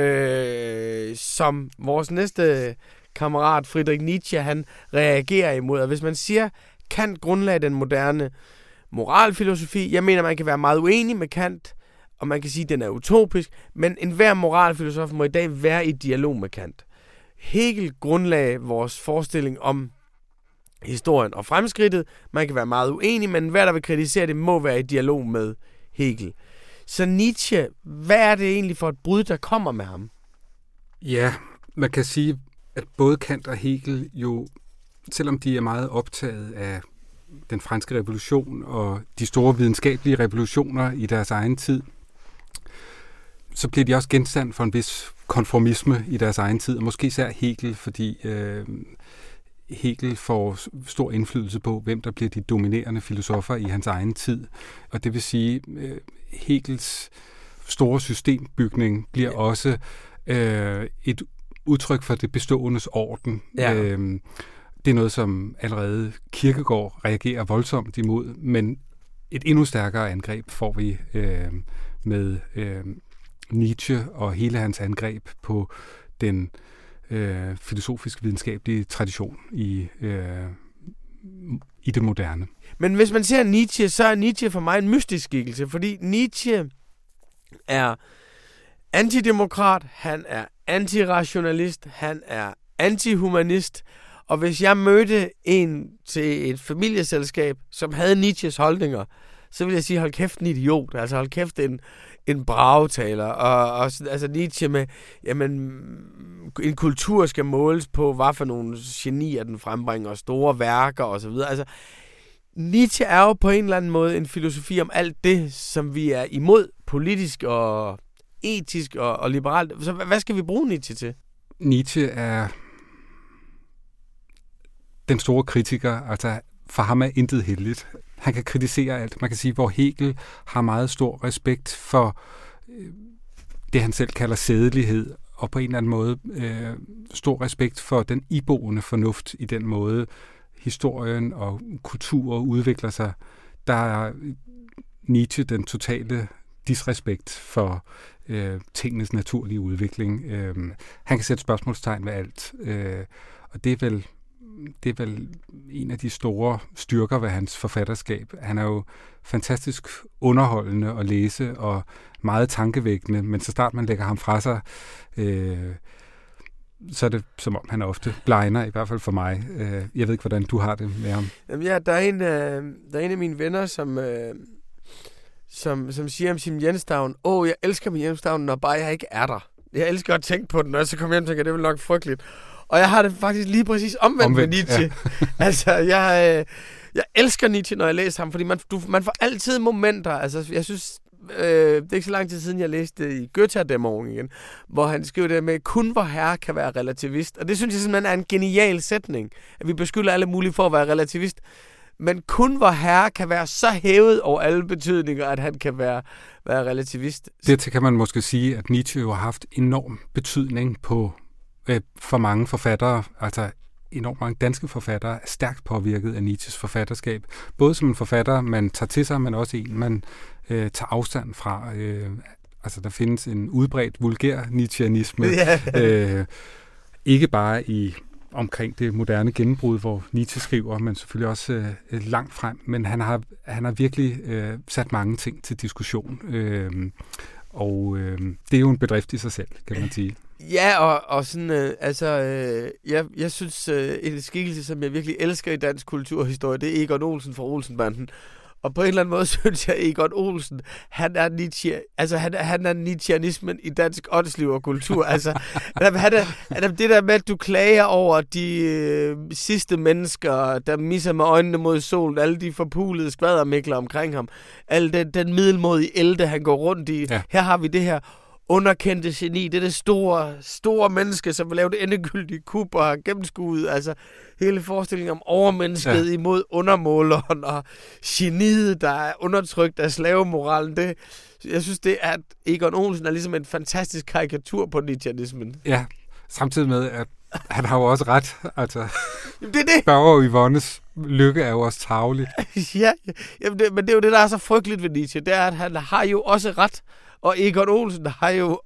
som vores næste kammerat Friedrich Nietzsche, han reagerer imod. Og hvis man siger, Kant grundlagde den moderne moralfilosofi, jeg mener, man kan være meget uenig med Kant, og man kan sige, at den er utopisk, men enhver moralfilosof må i dag være i dialog med Kant. Hegel grundlagde vores forestilling om historien og fremskridtet. Man kan være meget uenig, men hver der vil kritisere det, må være i dialog med Hegel. Så Nietzsche, hvad er det egentlig for et brud, der kommer med ham? Ja, man kan sige, at både Kant og Hegel jo, selvom de er meget optaget af den franske revolution og de store videnskabelige revolutioner i deres egen tid, så bliver de også genstand for en vis konformisme i deres egen tid, og måske især Hegel, fordi Hegel får stor indflydelse på, hvem der bliver de dominerende filosofer i hans egen tid. Og det vil sige, Hegels store systembygning bliver også et udtryk for det beståendes orden. Ja. Det er noget, som allerede Kierkegaard reagerer voldsomt imod, men et endnu stærkere angreb får vi med Nietzsche og hele hans angreb på den filosofisk videnskabelige tradition i det moderne. Men hvis man ser Nietzsche, så er Nietzsche for mig en mystisk skikkelse, fordi Nietzsche er antidemokrat, han er antirationalist, han er antihumanist, og hvis jeg mødte en til et familieselskab, som havde Nietzsches holdninger, så vil jeg sige, hold kæft en idiot, altså hold kæft en bragetaler, og altså Nietzsche med, jamen, en kultur skal måles på, hvad for nogle genier den frembringer, store værker og så videre. Altså, Nietzsche er jo på en eller anden måde en filosofi om alt det, som vi er imod, politisk og etisk og liberalt. Så hvad skal vi bruge Nietzsche til? Nietzsche er den store kritiker, altså for ham er intet heldigt. Han kan kritisere alt. Man kan sige, hvor Hegel har meget stor respekt for det, han selv kalder sædelighed, og på en eller anden måde stor respekt for den iboende fornuft i den måde, historien og kultur udvikler sig. Der er Nietzsche den totale disrespekt for tingenes naturlige udvikling. Han kan sætte spørgsmålstegn ved alt, og det er vel en af de store styrker ved hans forfatterskab. Han er jo fantastisk underholdende at læse og meget tankevækkende, men så snart man lægger ham fra sig, så er det som om han ofte blegner, i hvert fald for mig. Jeg ved ikke, hvordan du har det med ham. Jamen ja, der er en af mine venner, som siger om sin hjemstavn, jeg elsker min hjemstavn, når bare jeg ikke er der. Jeg elsker at tænke på den, og så kommer jeg hjem og tænker, det er vel nok frygteligt. Og jeg har det faktisk lige præcis omvendt med Nietzsche. Ja. Altså, jeg elsker Nietzsche, når jeg læser ham, fordi man får altid momenter. Altså, jeg synes, det er ikke så lang tid siden, jeg læste i Goethe-dæmmerung igen, hvor han skriver det med, kun vor herre kan være relativist. Og det synes jeg simpelthen er en genial sætning, at vi beskylder alle mulige for at være relativist. Men kun vor herre kan være så hævet over alle betydninger, at han kan være relativist. Dertil kan man måske sige, at Nietzsche jo har haft enorm betydning på for mange forfattere, altså enormt mange danske forfattere, er stærkt påvirket af Nietzsches forfatterskab. Både som en forfatter, man tager til sig, men også en, man tager afstand fra. Altså, der findes en udbredt vulgær Nietzscheanisme. Ikke bare omkring det moderne gennembrud, hvor Nietzsche skriver, men selvfølgelig også langt frem. Men han har virkelig sat mange ting til diskussion. Og det er jo en bedrift i sig selv, kan man sige. Ja, og sådan, jeg synes, en skikkelse, som jeg virkelig elsker i dansk kulturhistorie, det er Egon Olsen fra Olsenbanden. Og på en eller anden måde synes jeg, Egon Olsen, han er Nietzsche, altså han er Nietzscheanismen i dansk åndsliv og kultur. Altså, han er det der med, at du klager over de sidste mennesker, der misser med øjnene mod solen, alle de forpulede skvadermikler omkring ham, al den middelmådige elde, han går rundt i. Ja. Her har vi det her underkendte geni, det er det store menneske, som vil lave det endegyldige kup og har gennemskuet, altså hele forestillingen om overmennesket imod undermåleren og geniet, der er undertrykt af slavemoralen. Jeg synes, det er, at Egon Olsen er ligesom en fantastisk karikatur på Nietzscheanismen. Ja, samtidig med, at han har jo også ret. Altså, det. Børge Yvonnes lykke er jo også tarvelig. Ja, men det er jo det, der er så frygteligt ved Nietzsche, det er, at han har jo også ret. Og Egon Olsen har jo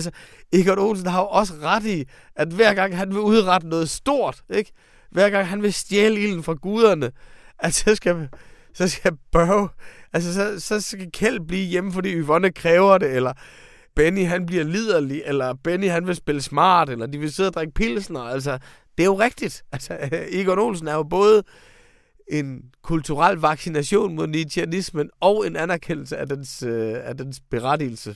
også ret i, at hver gang han vil udrette noget stort, ikke? Hver gang han vil stjæle ilden fra guderne, at så skal Børge, altså så skal Kjeld blive hjemme, fordi Yvonne kræver det, eller Benny han bliver liderlig, eller Benny han vil spille smart, eller de vil sidde og drikke pilsner. Altså, det er jo rigtigt. Altså, Egon Olsen er jo både en kulturel vaccination mod Nietzscheanismen og en anerkendelse af dens berettigelse.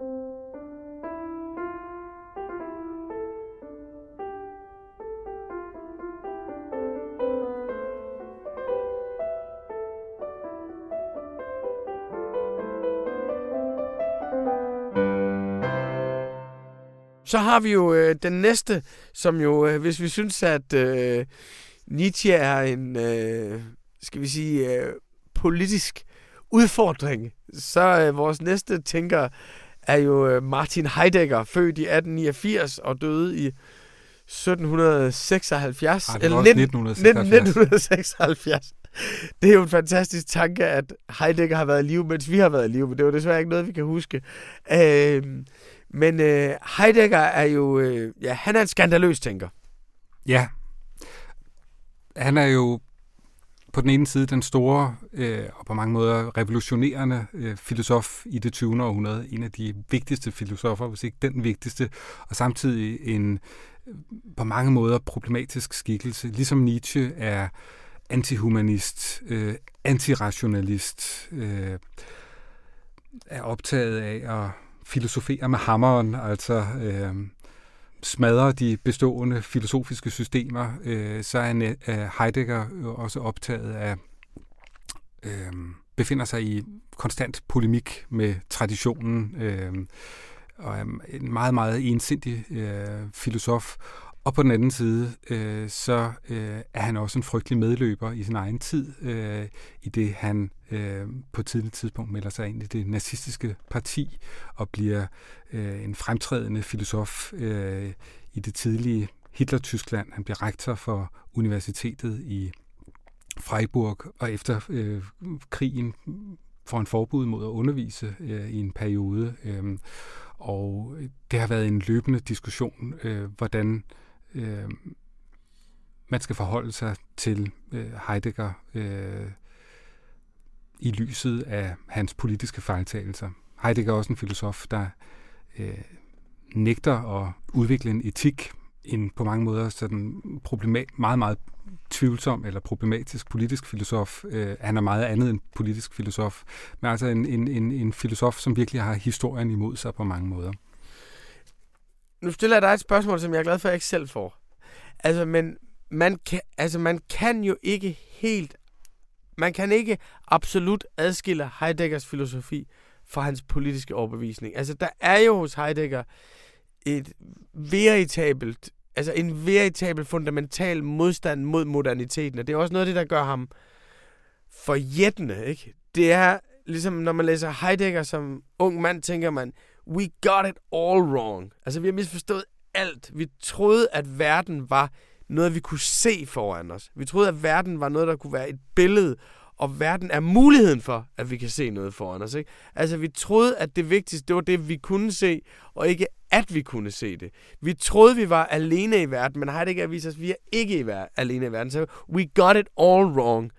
Så har vi jo den næste, som jo, hvis vi synes, at Nietzsche er en, skal vi sige, politisk udfordring, så vores næste tænker er jo Martin Heidegger, født i 1889 og døde i 1776. Eller 1976. Det er jo en fantastisk tanke, at Heidegger har været i live, mens vi har været i live, men det er jo desværre ikke noget, vi kan huske. Men Heidegger er jo, han er en skandaløs tænker. Ja, han er jo på den ene side den store og på mange måder revolutionerende filosof i det 20. århundrede. En af de vigtigste filosofer, hvis ikke den vigtigste, og samtidig en på mange måder problematisk skikkelse. Ligesom Nietzsche er antihumanist, antirationalist, er optaget af at filosofere med hammeren, altså smadre de bestående filosofiske systemer, så er Heidegger også optaget af, befinder sig i konstant polemik med traditionen, og er en meget, meget ensindig filosof. Og på den anden side, så er han også en frygtelig medløber i sin egen tid, i det han på et tidligt tidspunkt melder sig ind i det nazistiske parti og bliver en fremtrædende filosof i det tidlige Hitler-Tyskland. Han bliver rektor for universitetet i Freiburg, og efter krigen får han forbud mod at undervise i en periode. Og det har været en løbende diskussion, hvordan man skal forholde sig til Heidegger i lyset af hans politiske fejltagelser. Heidegger er også en filosof, der nægter at udvikle en etik, en på mange måder sådan meget, meget tvivlsom eller problematisk politisk filosof. Han er meget andet end politisk filosof, men altså en filosof, som virkelig har historien imod sig på mange måder. Nu stiller jeg dig et spørgsmål, som jeg er glad for, at jeg ikke selv får. Altså, men man kan jo ikke helt... Man kan ikke absolut adskille Heideggers filosofi fra hans politiske overbevisning. Altså, der er jo hos Heidegger en veritabel fundamental modstand mod moderniteten, og det er også noget af det, der gør ham forjættende, ikke? Det er ligesom, når man læser Heidegger som ung mand, tænker man, we got it all wrong. Altså, vi har misforstået alt. Vi troede, at verden var noget, vi kunne se foran os. Vi troede, at verden var noget, der kunne være et billede, og verden er muligheden for, at vi kan se noget foran os, ikke? Altså, vi troede, at det vigtigste, det var det, vi kunne se, og ikke at vi kunne se det. Vi troede, vi var alene i verden, men Heidegger viser os, at vi er ikke alene i verden. Så we got it all wrong.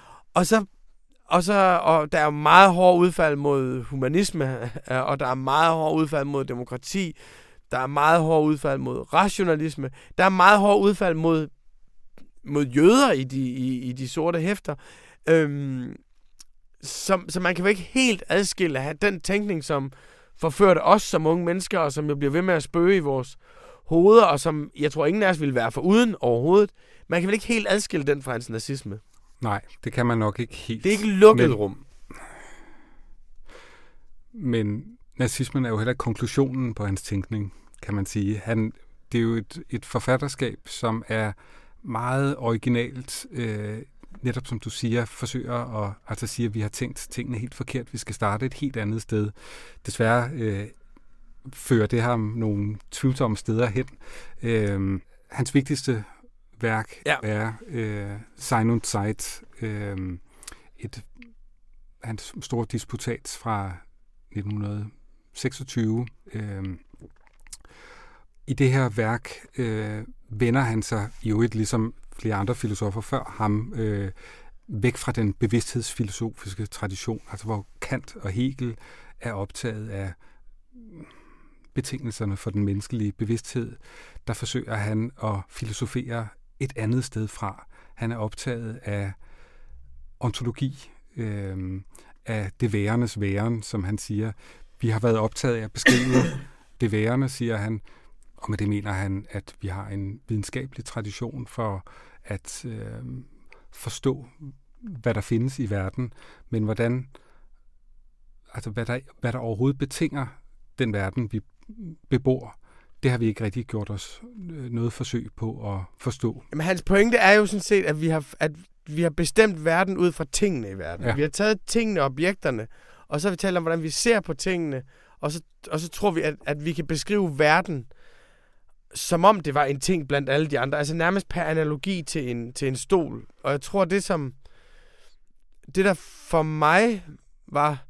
Og der er meget hård udfald mod humanisme, og der er meget hård udfald mod demokrati, der er meget hård udfald mod rationalisme, der er meget hård udfald mod jøder i de sorte hæfter. Så man kan jo ikke helt adskille have den tænkning, som forførte os som unge mennesker, og som jo bliver ved med at spøge i vores hoveder, og som jeg tror ingen af os ville være foruden overhovedet. Man kan vel ikke helt adskille den fra hans nazisme? Nej, det kan man nok ikke helt. Det er ikke lukket rum. Men nazismen er jo heller ikke konklusionen på hans tænkning, kan man sige. Det er jo et forfatterskab, som er meget originalt, netop som du siger, forsøger at sige, at vi har tænkt tingene helt forkert. Vi skal starte et helt andet sted. Desværre fører det ham nogle tvivlsomme steder hen. Hans vigtigste værk er Sein und Zeit, hans store disputat fra 1926. I det her værk vender han sig jo ligesom flere andre filosofer før ham væk fra den bevidsthedsfilosofiske tradition, altså hvor Kant og Hegel er optaget af betingelserne for den menneskelige bevidsthed. Der forsøger han at filosofere et andet sted fra. Han er optaget af ontologi, af det værendes væren, som han siger. Vi har været optaget af at beskrive det værende, siger han, og med det mener han, at vi har en videnskabelig tradition for at forstå, hvad der findes i verden, men hvad der overhovedet betinger den verden, vi bebor, det har vi ikke rigtig gjort os noget forsøg på at forstå. Men hans pointe er jo sådan set, at vi har bestemt verden ud fra tingene i verden. Ja. Vi har taget tingene og objekterne, og så har vi talt om, hvordan vi ser på tingene, og så tror vi, at vi kan beskrive verden, som om det var en ting blandt alle de andre. Altså nærmest per analogi til en stol. Og jeg tror, det som det der for mig var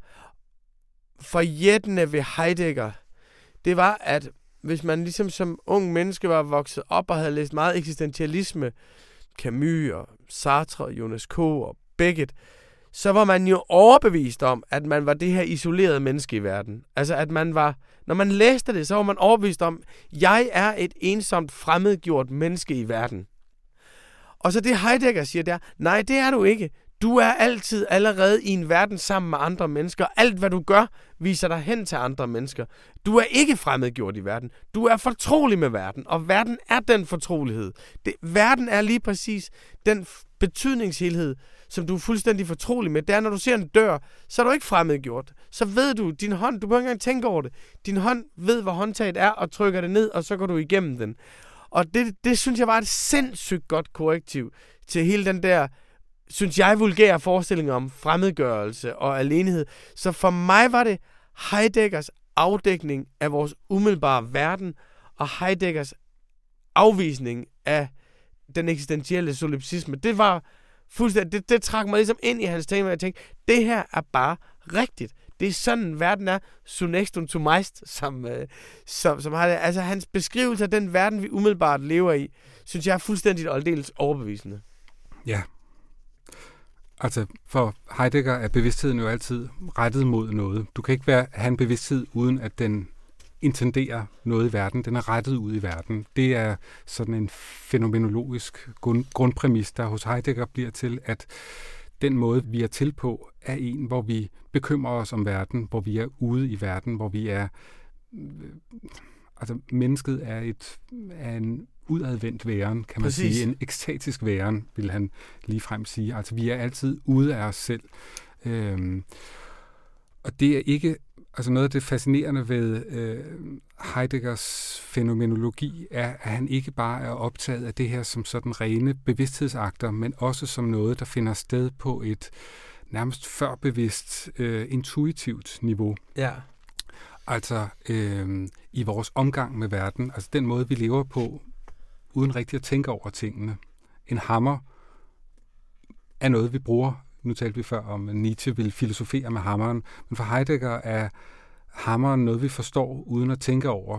forjættende ved Heidegger, det var, at hvis man ligesom som ung menneske var vokset op og havde læst meget eksistentialisme, Camus og Sartre, Jonas K. og Beckett, så var man jo overbevist om, at man var det her isolerede menneske i verden. Altså at man var, når man læste det, så var man overbevist om, jeg er et ensomt fremmedgjort menneske i verden. Og så det Heidegger siger der, nej, det er du ikke. Du er altid allerede i en verden sammen med andre mennesker. Alt hvad du gør, viser dig hen til andre mennesker. Du er ikke fremmedgjort i verden. Du er fortrolig med verden, og verden er den fortrolighed. Verden er lige præcis den betydningshelhed, som du er fuldstændig fortrolig med. Det er, når du ser en dør, så er du ikke fremmedgjort. Så ved du, din hånd, du behøver ikke engang tænke over det. Din hånd ved, hvor håndtaget er, og trykker det ned, og så går du igennem den. Og det synes jeg var et sindssygt godt korrektiv til hele den der, synes jeg, vulgære forestilling om fremmedgørelse og alenehed. Så for mig var det Heideggers afdækning af vores umiddelbare verden, og Heideggers afvisning af den eksistentielle solipsisme. Det var fuldstændig, det trak mig ligesom ind i hans tema, og jeg tænkte, det her er bare rigtigt. Det er sådan, verden er, sunextum to meist, som har det. Altså hans beskrivelse af den verden, vi umiddelbart lever i, synes jeg er fuldstændig og aldeles overbevisende. Ja. Altså, for Heidegger er bevidstheden jo altid rettet mod noget. Du kan ikke have en bevidsthed, uden at den intenderer noget i verden. Den er rettet ud i verden. Det er sådan en fænomenologisk grundpræmis, der hos Heidegger bliver til, at den måde, vi er til på, er en, hvor vi bekymrer os om verden, hvor vi er ude i verden, hvor vi er... Altså, mennesket er en udadvendt væren, kan man sige. En ekstatisk væren, vil han ligefrem sige. Altså, vi er altid ude af os selv. Og det er ikke... Altså, noget af det fascinerende ved Heideggers fænomenologi er, at han ikke bare er optaget af det her som sådan rene bevidsthedsakter, men også som noget, der finder sted på et nærmest førbevidst, intuitivt niveau. Ja. Altså i vores omgang med verden, altså den måde, vi lever på, uden rigtig at tænke over tingene. En hammer er noget, vi bruger. Nu talte vi før om, Nietzsche ville filosofere med hammeren, men for Heidegger er hammeren noget, vi forstår uden at tænke over.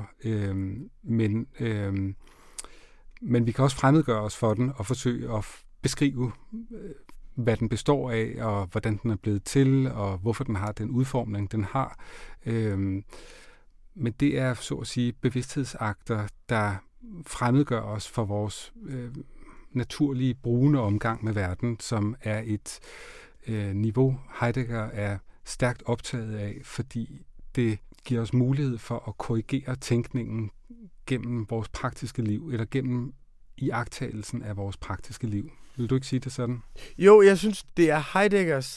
Men vi kan også fremmedgøre os for den og forsøge at beskrive, hvad den består af, og hvordan den er blevet til, og hvorfor den har den udformning, den har. Men det er, så at sige, bevidsthedsakter, der fremmedgør os for vores naturlige brugende omgang med verden, som er et niveau, Heidegger er stærkt optaget af, fordi det giver os mulighed for at korrigere tænkningen gennem vores praktiske liv, eller gennem iagttagelsen af vores praktiske liv. Vil du ikke sige det sådan? Jo, jeg synes, det er Heideggers,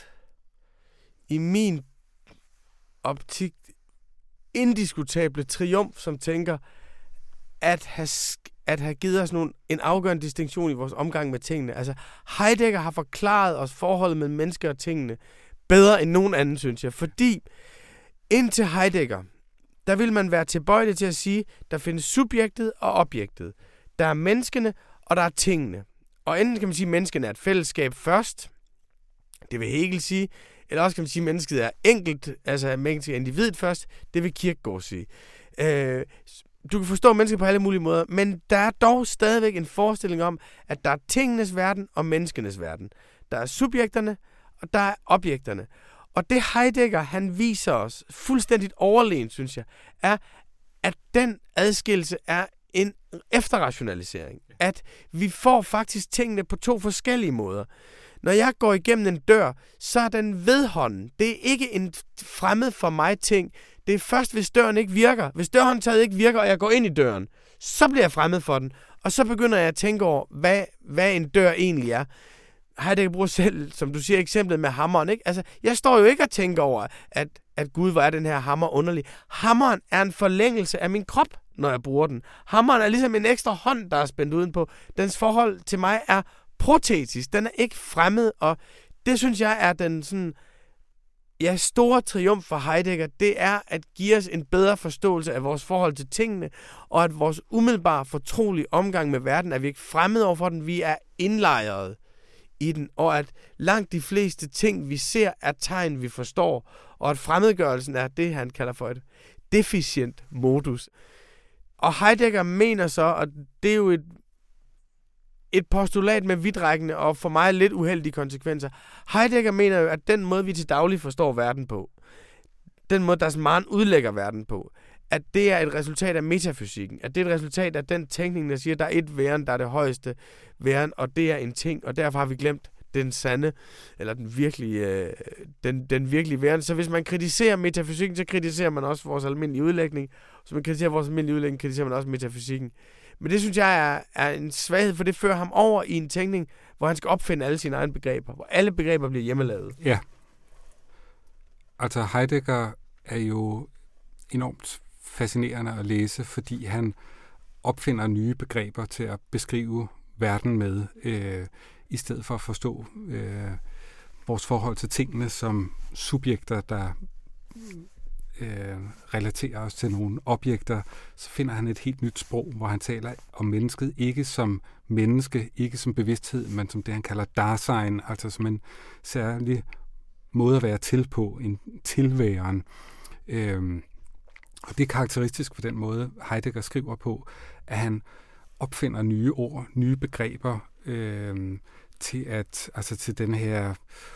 i min optik, indiskutable triumf, som tænker, at have givet os en afgørende distinktion i vores omgang med tingene. Altså, Heidegger har forklaret os forholdet mellem mennesker og tingene bedre end nogen anden, synes jeg. Fordi indtil Heidegger, der vil man være tilbøjelig til at sige, der findes subjektet og objektet. Der er menneskene, og der er tingene. Og enten kan man sige, at menneskene er et fællesskab først. Det vil Hegel sige. Eller også kan man sige, at mennesket er enkelt, altså mennesket er individet først. Det vil Kierkegaard sige. Du kan forstå mennesker på alle mulige måder, men der er dog stadigvæk en forestilling om, at der er tingenes verden og menneskenes verden. Der er subjekterne, og der er objekterne. Og det Heidegger, han viser os fuldstændigt overlegent, synes jeg, er, at den adskillelse er en efterrationalisering. At vi får faktisk tingene på to forskellige måder. Når jeg går igennem en dør, så er den vedhånden. Det er ikke en fremmed for mig ting. Det er først, hvis døren ikke virker. Hvis dørhåndtaget ikke virker, og jeg går ind i døren, så bliver jeg fremmed for den. Og så begynder jeg at tænke over, hvad en dør egentlig er. Heidegger bruger selv, som du siger, eksemplet med hammeren, ikke? Altså, jeg står jo ikke og tænker over, at Gud, hvor er den her hammer underlig. Hammeren er en forlængelse af min krop, når jeg bruger den. Hammeren er ligesom en ekstra hånd, der er spændt udenpå. Dens forhold til mig er protetisk. Den er ikke fremmed, og det synes jeg er den sådan, store triumf for Heidegger. Det er at give os en bedre forståelse af vores forhold til tingene, og at vores umiddelbare fortrolige omgang med verden, er vi ikke fremmede over for den, vi er indlejret i den, og at langt de fleste ting, vi ser, er tegn, vi forstår, og at fremmedgørelsen er det, han kalder for et deficient modus. Og Heidegger mener så, og det er jo et postulat med vidtrækkende og for mig lidt uheldige konsekvenser. Heidegger mener jo, at den måde, vi til daglig forstår verden på, den måde, der meget udlægger verden på, at det er et resultat af metafysikken, at det er et resultat af den tænkning, der siger, at der er et væren, der er det højeste væren, og det er en ting, og derfor har vi glemt den sande, eller den virkelige væren. Så hvis man kritiserer metafysikken, så kritiserer man også vores almindelige udlægning. Hvis man kritiserer vores almindelige udlægning, kritiserer man også metafysikken. Men det synes jeg er en svaghed, for det fører ham over i en tænkning, hvor han skal opfinde alle sine egne begreber, hvor alle begreber bliver hjemmelavet. Ja. Altså Heidegger er jo enormt fascinerende at læse, fordi han opfinder nye begreber til at beskrive verden med, i stedet for at forstå vores forhold til tingene som subjekter, der relaterer os til nogle objekter, så finder han et helt nyt sprog, hvor han taler om mennesket ikke som menneske, ikke som bevidsthed, men som det, han kalder Dasein, altså som en særlig måde at være til på, en tilværen. Og det er karakteristisk for den måde, Heidegger skriver på, at han opfinder nye ord, nye begreber til den her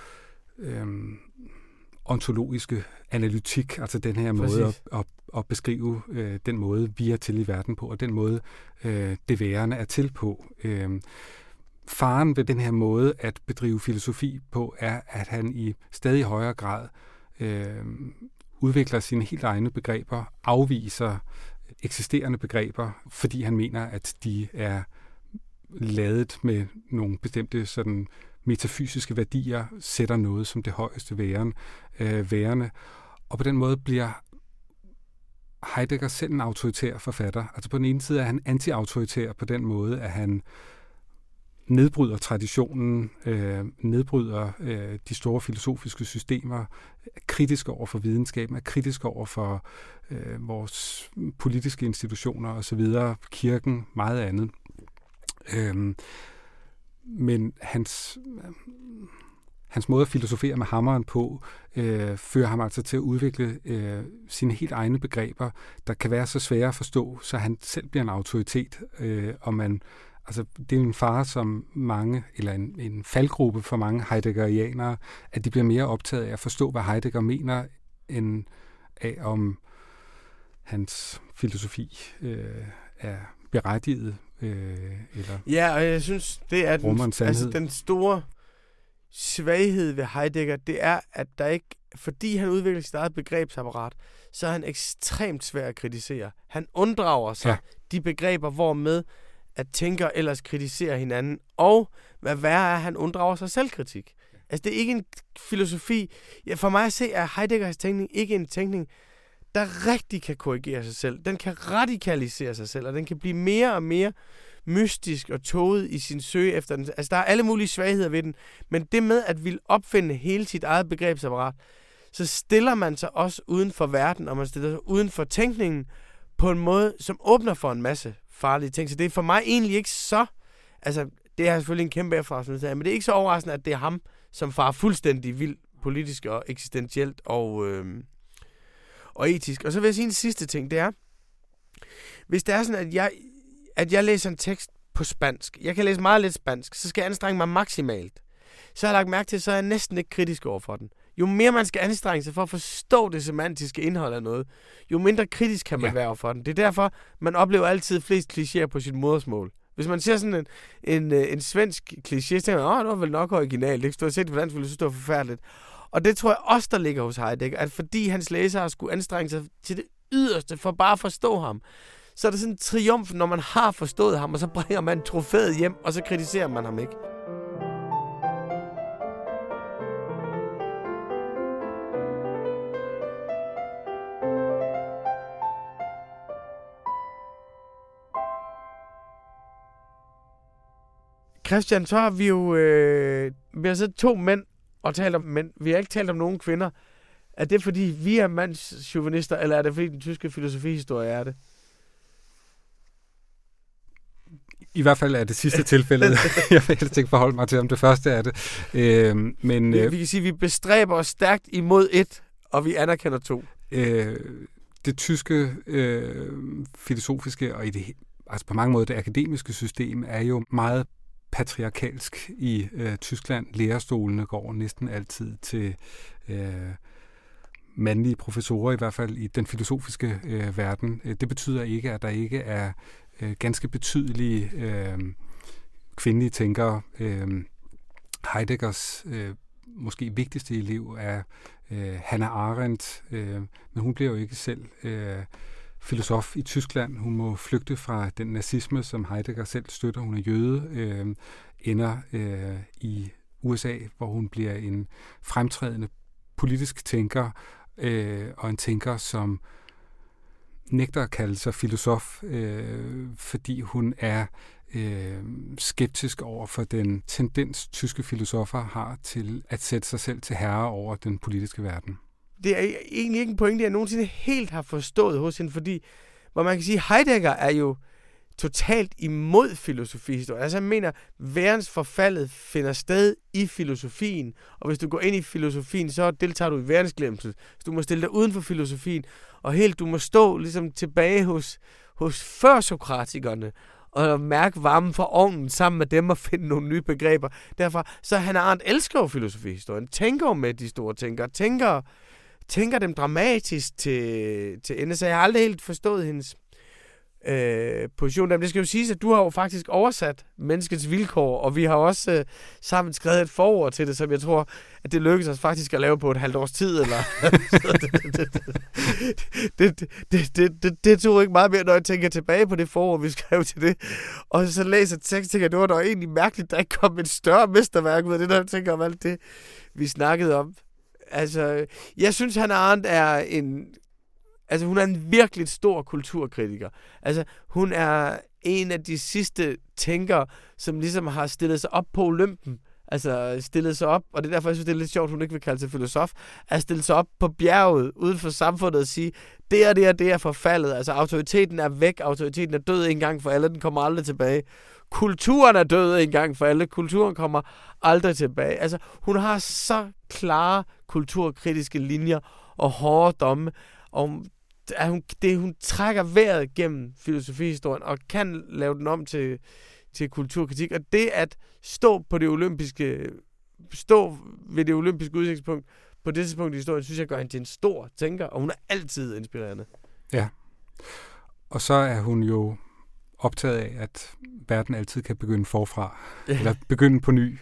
ontologiske analytik, altså den her måde at beskrive den måde, vi er til i verden på, og den måde, det værende er til på. Faren ved den her måde at bedrive filosofi på, er, at han i stadig højere grad udvikler sine helt egne begreber, afviser eksisterende begreber, fordi han mener, at de er ladet med nogle bestemte sådan metafysiske værdier, sætter noget som det højeste værende. Og på den måde bliver Heidegger selv en autoritær forfatter. Altså på den ene side er han anti-autoritær på den måde, at han nedbryder traditionen, nedbryder de store filosofiske systemer, er kritisk over for videnskaben, er kritisk over for vores politiske institutioner osv., kirken, meget andet. Men hans måde at filosofere med hammeren på, fører ham altså til at udvikle sine helt egne begreber, der kan være så svære at forstå, så han selv bliver en autoritet, og det er en fare, som mange, eller en faldgruppe for mange heideggerianere, at de bliver mere optaget af at forstå, hvad Heidegger mener, end af om hans filosofi er berettiget, eller ja, og jeg synes, det er den store svaghed ved Heidegger, det er, at der ikke, fordi han udvikler sit eget begrebsapparat, så er han ekstremt svær at kritisere. Han unddrager sig de begreber, hvormed at tænkere ellers kritiserer hinanden, og hvad værre er, han unddrager sig selvkritik. Altså, det er ikke en filosofi. Ja, for mig at se, er Heideggers tænkning ikke en tænkning, der rigtig kan korrigere sig selv. Den kan radikalisere sig selv, og den kan blive mere og mere mystisk og tåget i sin søge efter den. Altså, der er alle mulige svagheder ved den, men det med at ville opfinde hele sit eget begrebsapparat, så stiller man sig også uden for verden, og man stiller sig uden for tænkningen på en måde, som åbner for en masse farlige ting. Så det er for mig egentlig ikke så... Altså, det er selvfølgelig en kæmpe erfaring, men det er ikke så overraskende, at det er ham, som farer fuldstændig vildt politisk og eksistentielt og etisk. Og så vil jeg sige en sidste ting, det er, hvis det er sådan, at jeg læser en tekst på spansk, jeg kan læse meget lidt spansk, så skal jeg anstrenge mig maksimalt. Så har jeg lagt mærke til, så er jeg næsten ikke kritisk over for den. Jo mere man skal anstrenge sig for at forstå det semantiske indhold af noget, jo mindre kritisk kan man være over for den. Det er derfor, man oplever altid flest klichéer på sit modersmål. Hvis man ser sådan en svensk kliché, så tænker man, det var vel nok originalt. Det stod jeg set på dansk, ville jeg synes, det var forfærdeligt. Og det tror jeg også, der ligger hos Heidegger, at fordi hans læsere skulle anstrenge sig til det yderste for bare at forstå ham, så er det sådan en triumf, når man har forstået ham, og så bringer man trofæet hjem, og så kritiserer man ham ikke. Christian, så har vi jo vi har siddet 2 mænd og talt om mænd. Vi har ikke talt om nogen kvinder. Er det, fordi vi er mandschauvinister, eller er det, fordi den tyske filosofihistorie er det? I hvert fald er det sidste tilfælde. Jeg vil helst ikke forholde mig til, om det første er det. Men vi kan sige, at vi bestræber os stærkt imod 1, og vi anerkender 2. Det tyske filosofiske og altså på mange måder det akademiske system er jo meget patriarkalsk i Tyskland. Lærerstolene går næsten altid til mandlige professorer, i hvert fald i den filosofiske verden. Det betyder ikke, at der ikke er ganske betydelige kvindelige tænkere. Heideggers måske vigtigste elev er Hannah Arendt, men hun bliver jo ikke selv filosof i Tyskland. Hun må flygte fra den nazisme, som Heidegger selv støtter. Hun er jøde, ender i USA, hvor hun bliver en fremtrædende politisk tænker, og en tænker, som nægter at kalde sig filosof, fordi hun er skeptisk over for den tendens, tyske filosofer har til at sætte sig selv til herre over den politiske verden. Det er egentlig ikke en pointe, jeg nogensinde helt har forstået hos hende, fordi hvor man kan sige, Heidegger er jo totalt imod filosofihistorie. Altså jeg mener, verdens forfaldet finder sted i filosofien, og hvis du går ind i filosofien, så deltager du i verdensglemsel. Så du må stille dig uden for filosofien, og helt du må stå ligesom tilbage hos førsokratikerne, og mærke varmen fra ovnen sammen med dem og finde nogle nye begreber. Derfor, så Hannah Arendt elsker jo filosofihistorien, tænker jo med de store tænkere, tænker dem dramatisk til ende, så jeg har aldrig helt forstået hendes position. Det skal jo siges, at du har jo faktisk oversat Menneskets vilkår, og vi har også sammen skrevet et forord til det, som jeg tror, at det lykkedes os faktisk at lave på et halvt års tid. Eller det tog ikke meget mere, når jeg tænker tilbage på det forord, vi skrev til det. Og så læser tekst, tænker jeg, det var da egentlig mærkeligt, at der ikke kom et større mesterværk ud af det, der jeg tænker om alt det, vi snakkede om. Altså, jeg synes, Hannah Arendt er hun er en virkelig stor kulturkritiker. Altså, hun er en af de sidste tænkere, som ligesom har stillet sig op på Olympen. Altså, stillet sig op, og det er derfor, jeg synes, det er lidt sjovt, hun ikke vil kalde sig filosof, at stille sig op på bjerget, uden for samfundet og sige, det er forfaldet. Altså, autoriteten er væk, autoriteten er død en gang for alle, den kommer aldrig tilbage. Kulturen er død en gang for alle, kulturen kommer aldrig tilbage. Altså, hun har så klare kulturkritiske linjer og hårde domme, og hun trækker vejret gennem filosofihistorien og kan lave den om til kulturkritik. Og det at stå ved det olympiske udsigtspunkt på det tidspunkt i historien, synes jeg gør hende til en stor tænker, og hun er altid inspirerende. Ja, og så er hun jo optaget af, at verden altid kan begynde forfra, eller begynde på ny.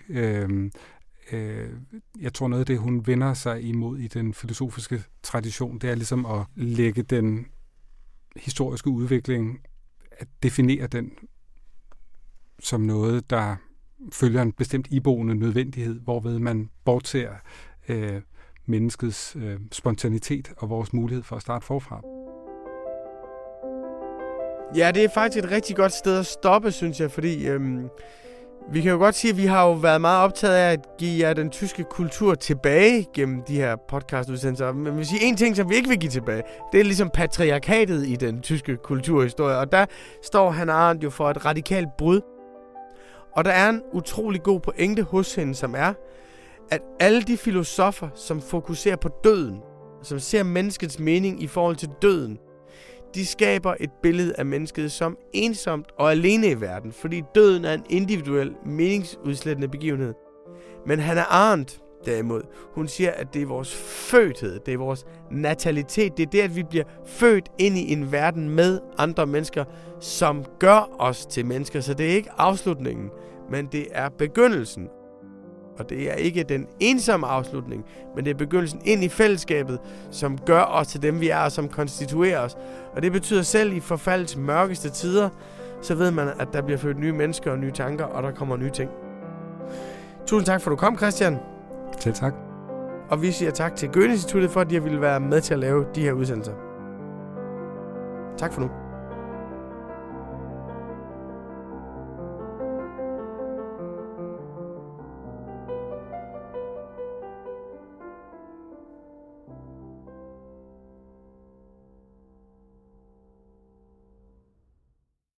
Jeg tror noget af det, hun vender sig imod i den filosofiske tradition, det er ligesom at lægge den historiske udvikling, at definere den som noget, der følger en bestemt iboende nødvendighed, hvorved man bortser menneskets spontanitet og vores mulighed for at starte forfra. Ja, det er faktisk et rigtig godt sted at stoppe, synes jeg, fordi vi kan jo godt sige, at vi har jo været meget optaget af at give jer den tyske kultur tilbage gennem de her podcastudsendelser. Men vi siger en ting, som vi ikke vil give tilbage, det er ligesom patriarkatet i den tyske kulturhistorie. Og der står Hannah Arendt jo for et radikalt brud. Og der er en utrolig god pointe hos hende, som er, at alle de filosofer, som fokuserer på døden, som ser menneskets mening i forhold til døden, de skaber et billede af mennesket som ensomt og alene i verden, fordi døden er en individuel, meningsudslættende begivenhed. Men Hannah Arendt, derimod, hun siger, at det er vores fødthed, det er vores natalitet, det er det, at vi bliver født ind i en verden med andre mennesker, som gør os til mennesker. Så det er ikke afslutningen, men det er begyndelsen. Og det er ikke den ensomme afslutning, men det er begyndelsen ind i fællesskabet, som gør os til dem, vi er, og som konstituerer os. Og det betyder selv i forfaldets mørkeste tider, så ved man, at der bliver født nye mennesker og nye tanker, og der kommer nye ting. Tusind tak for, at du kom, Christian. Selv tak. Og vi siger tak til Goethe-instituttet for, at de ville være med til at lave de her udsendelser. Tak for nu.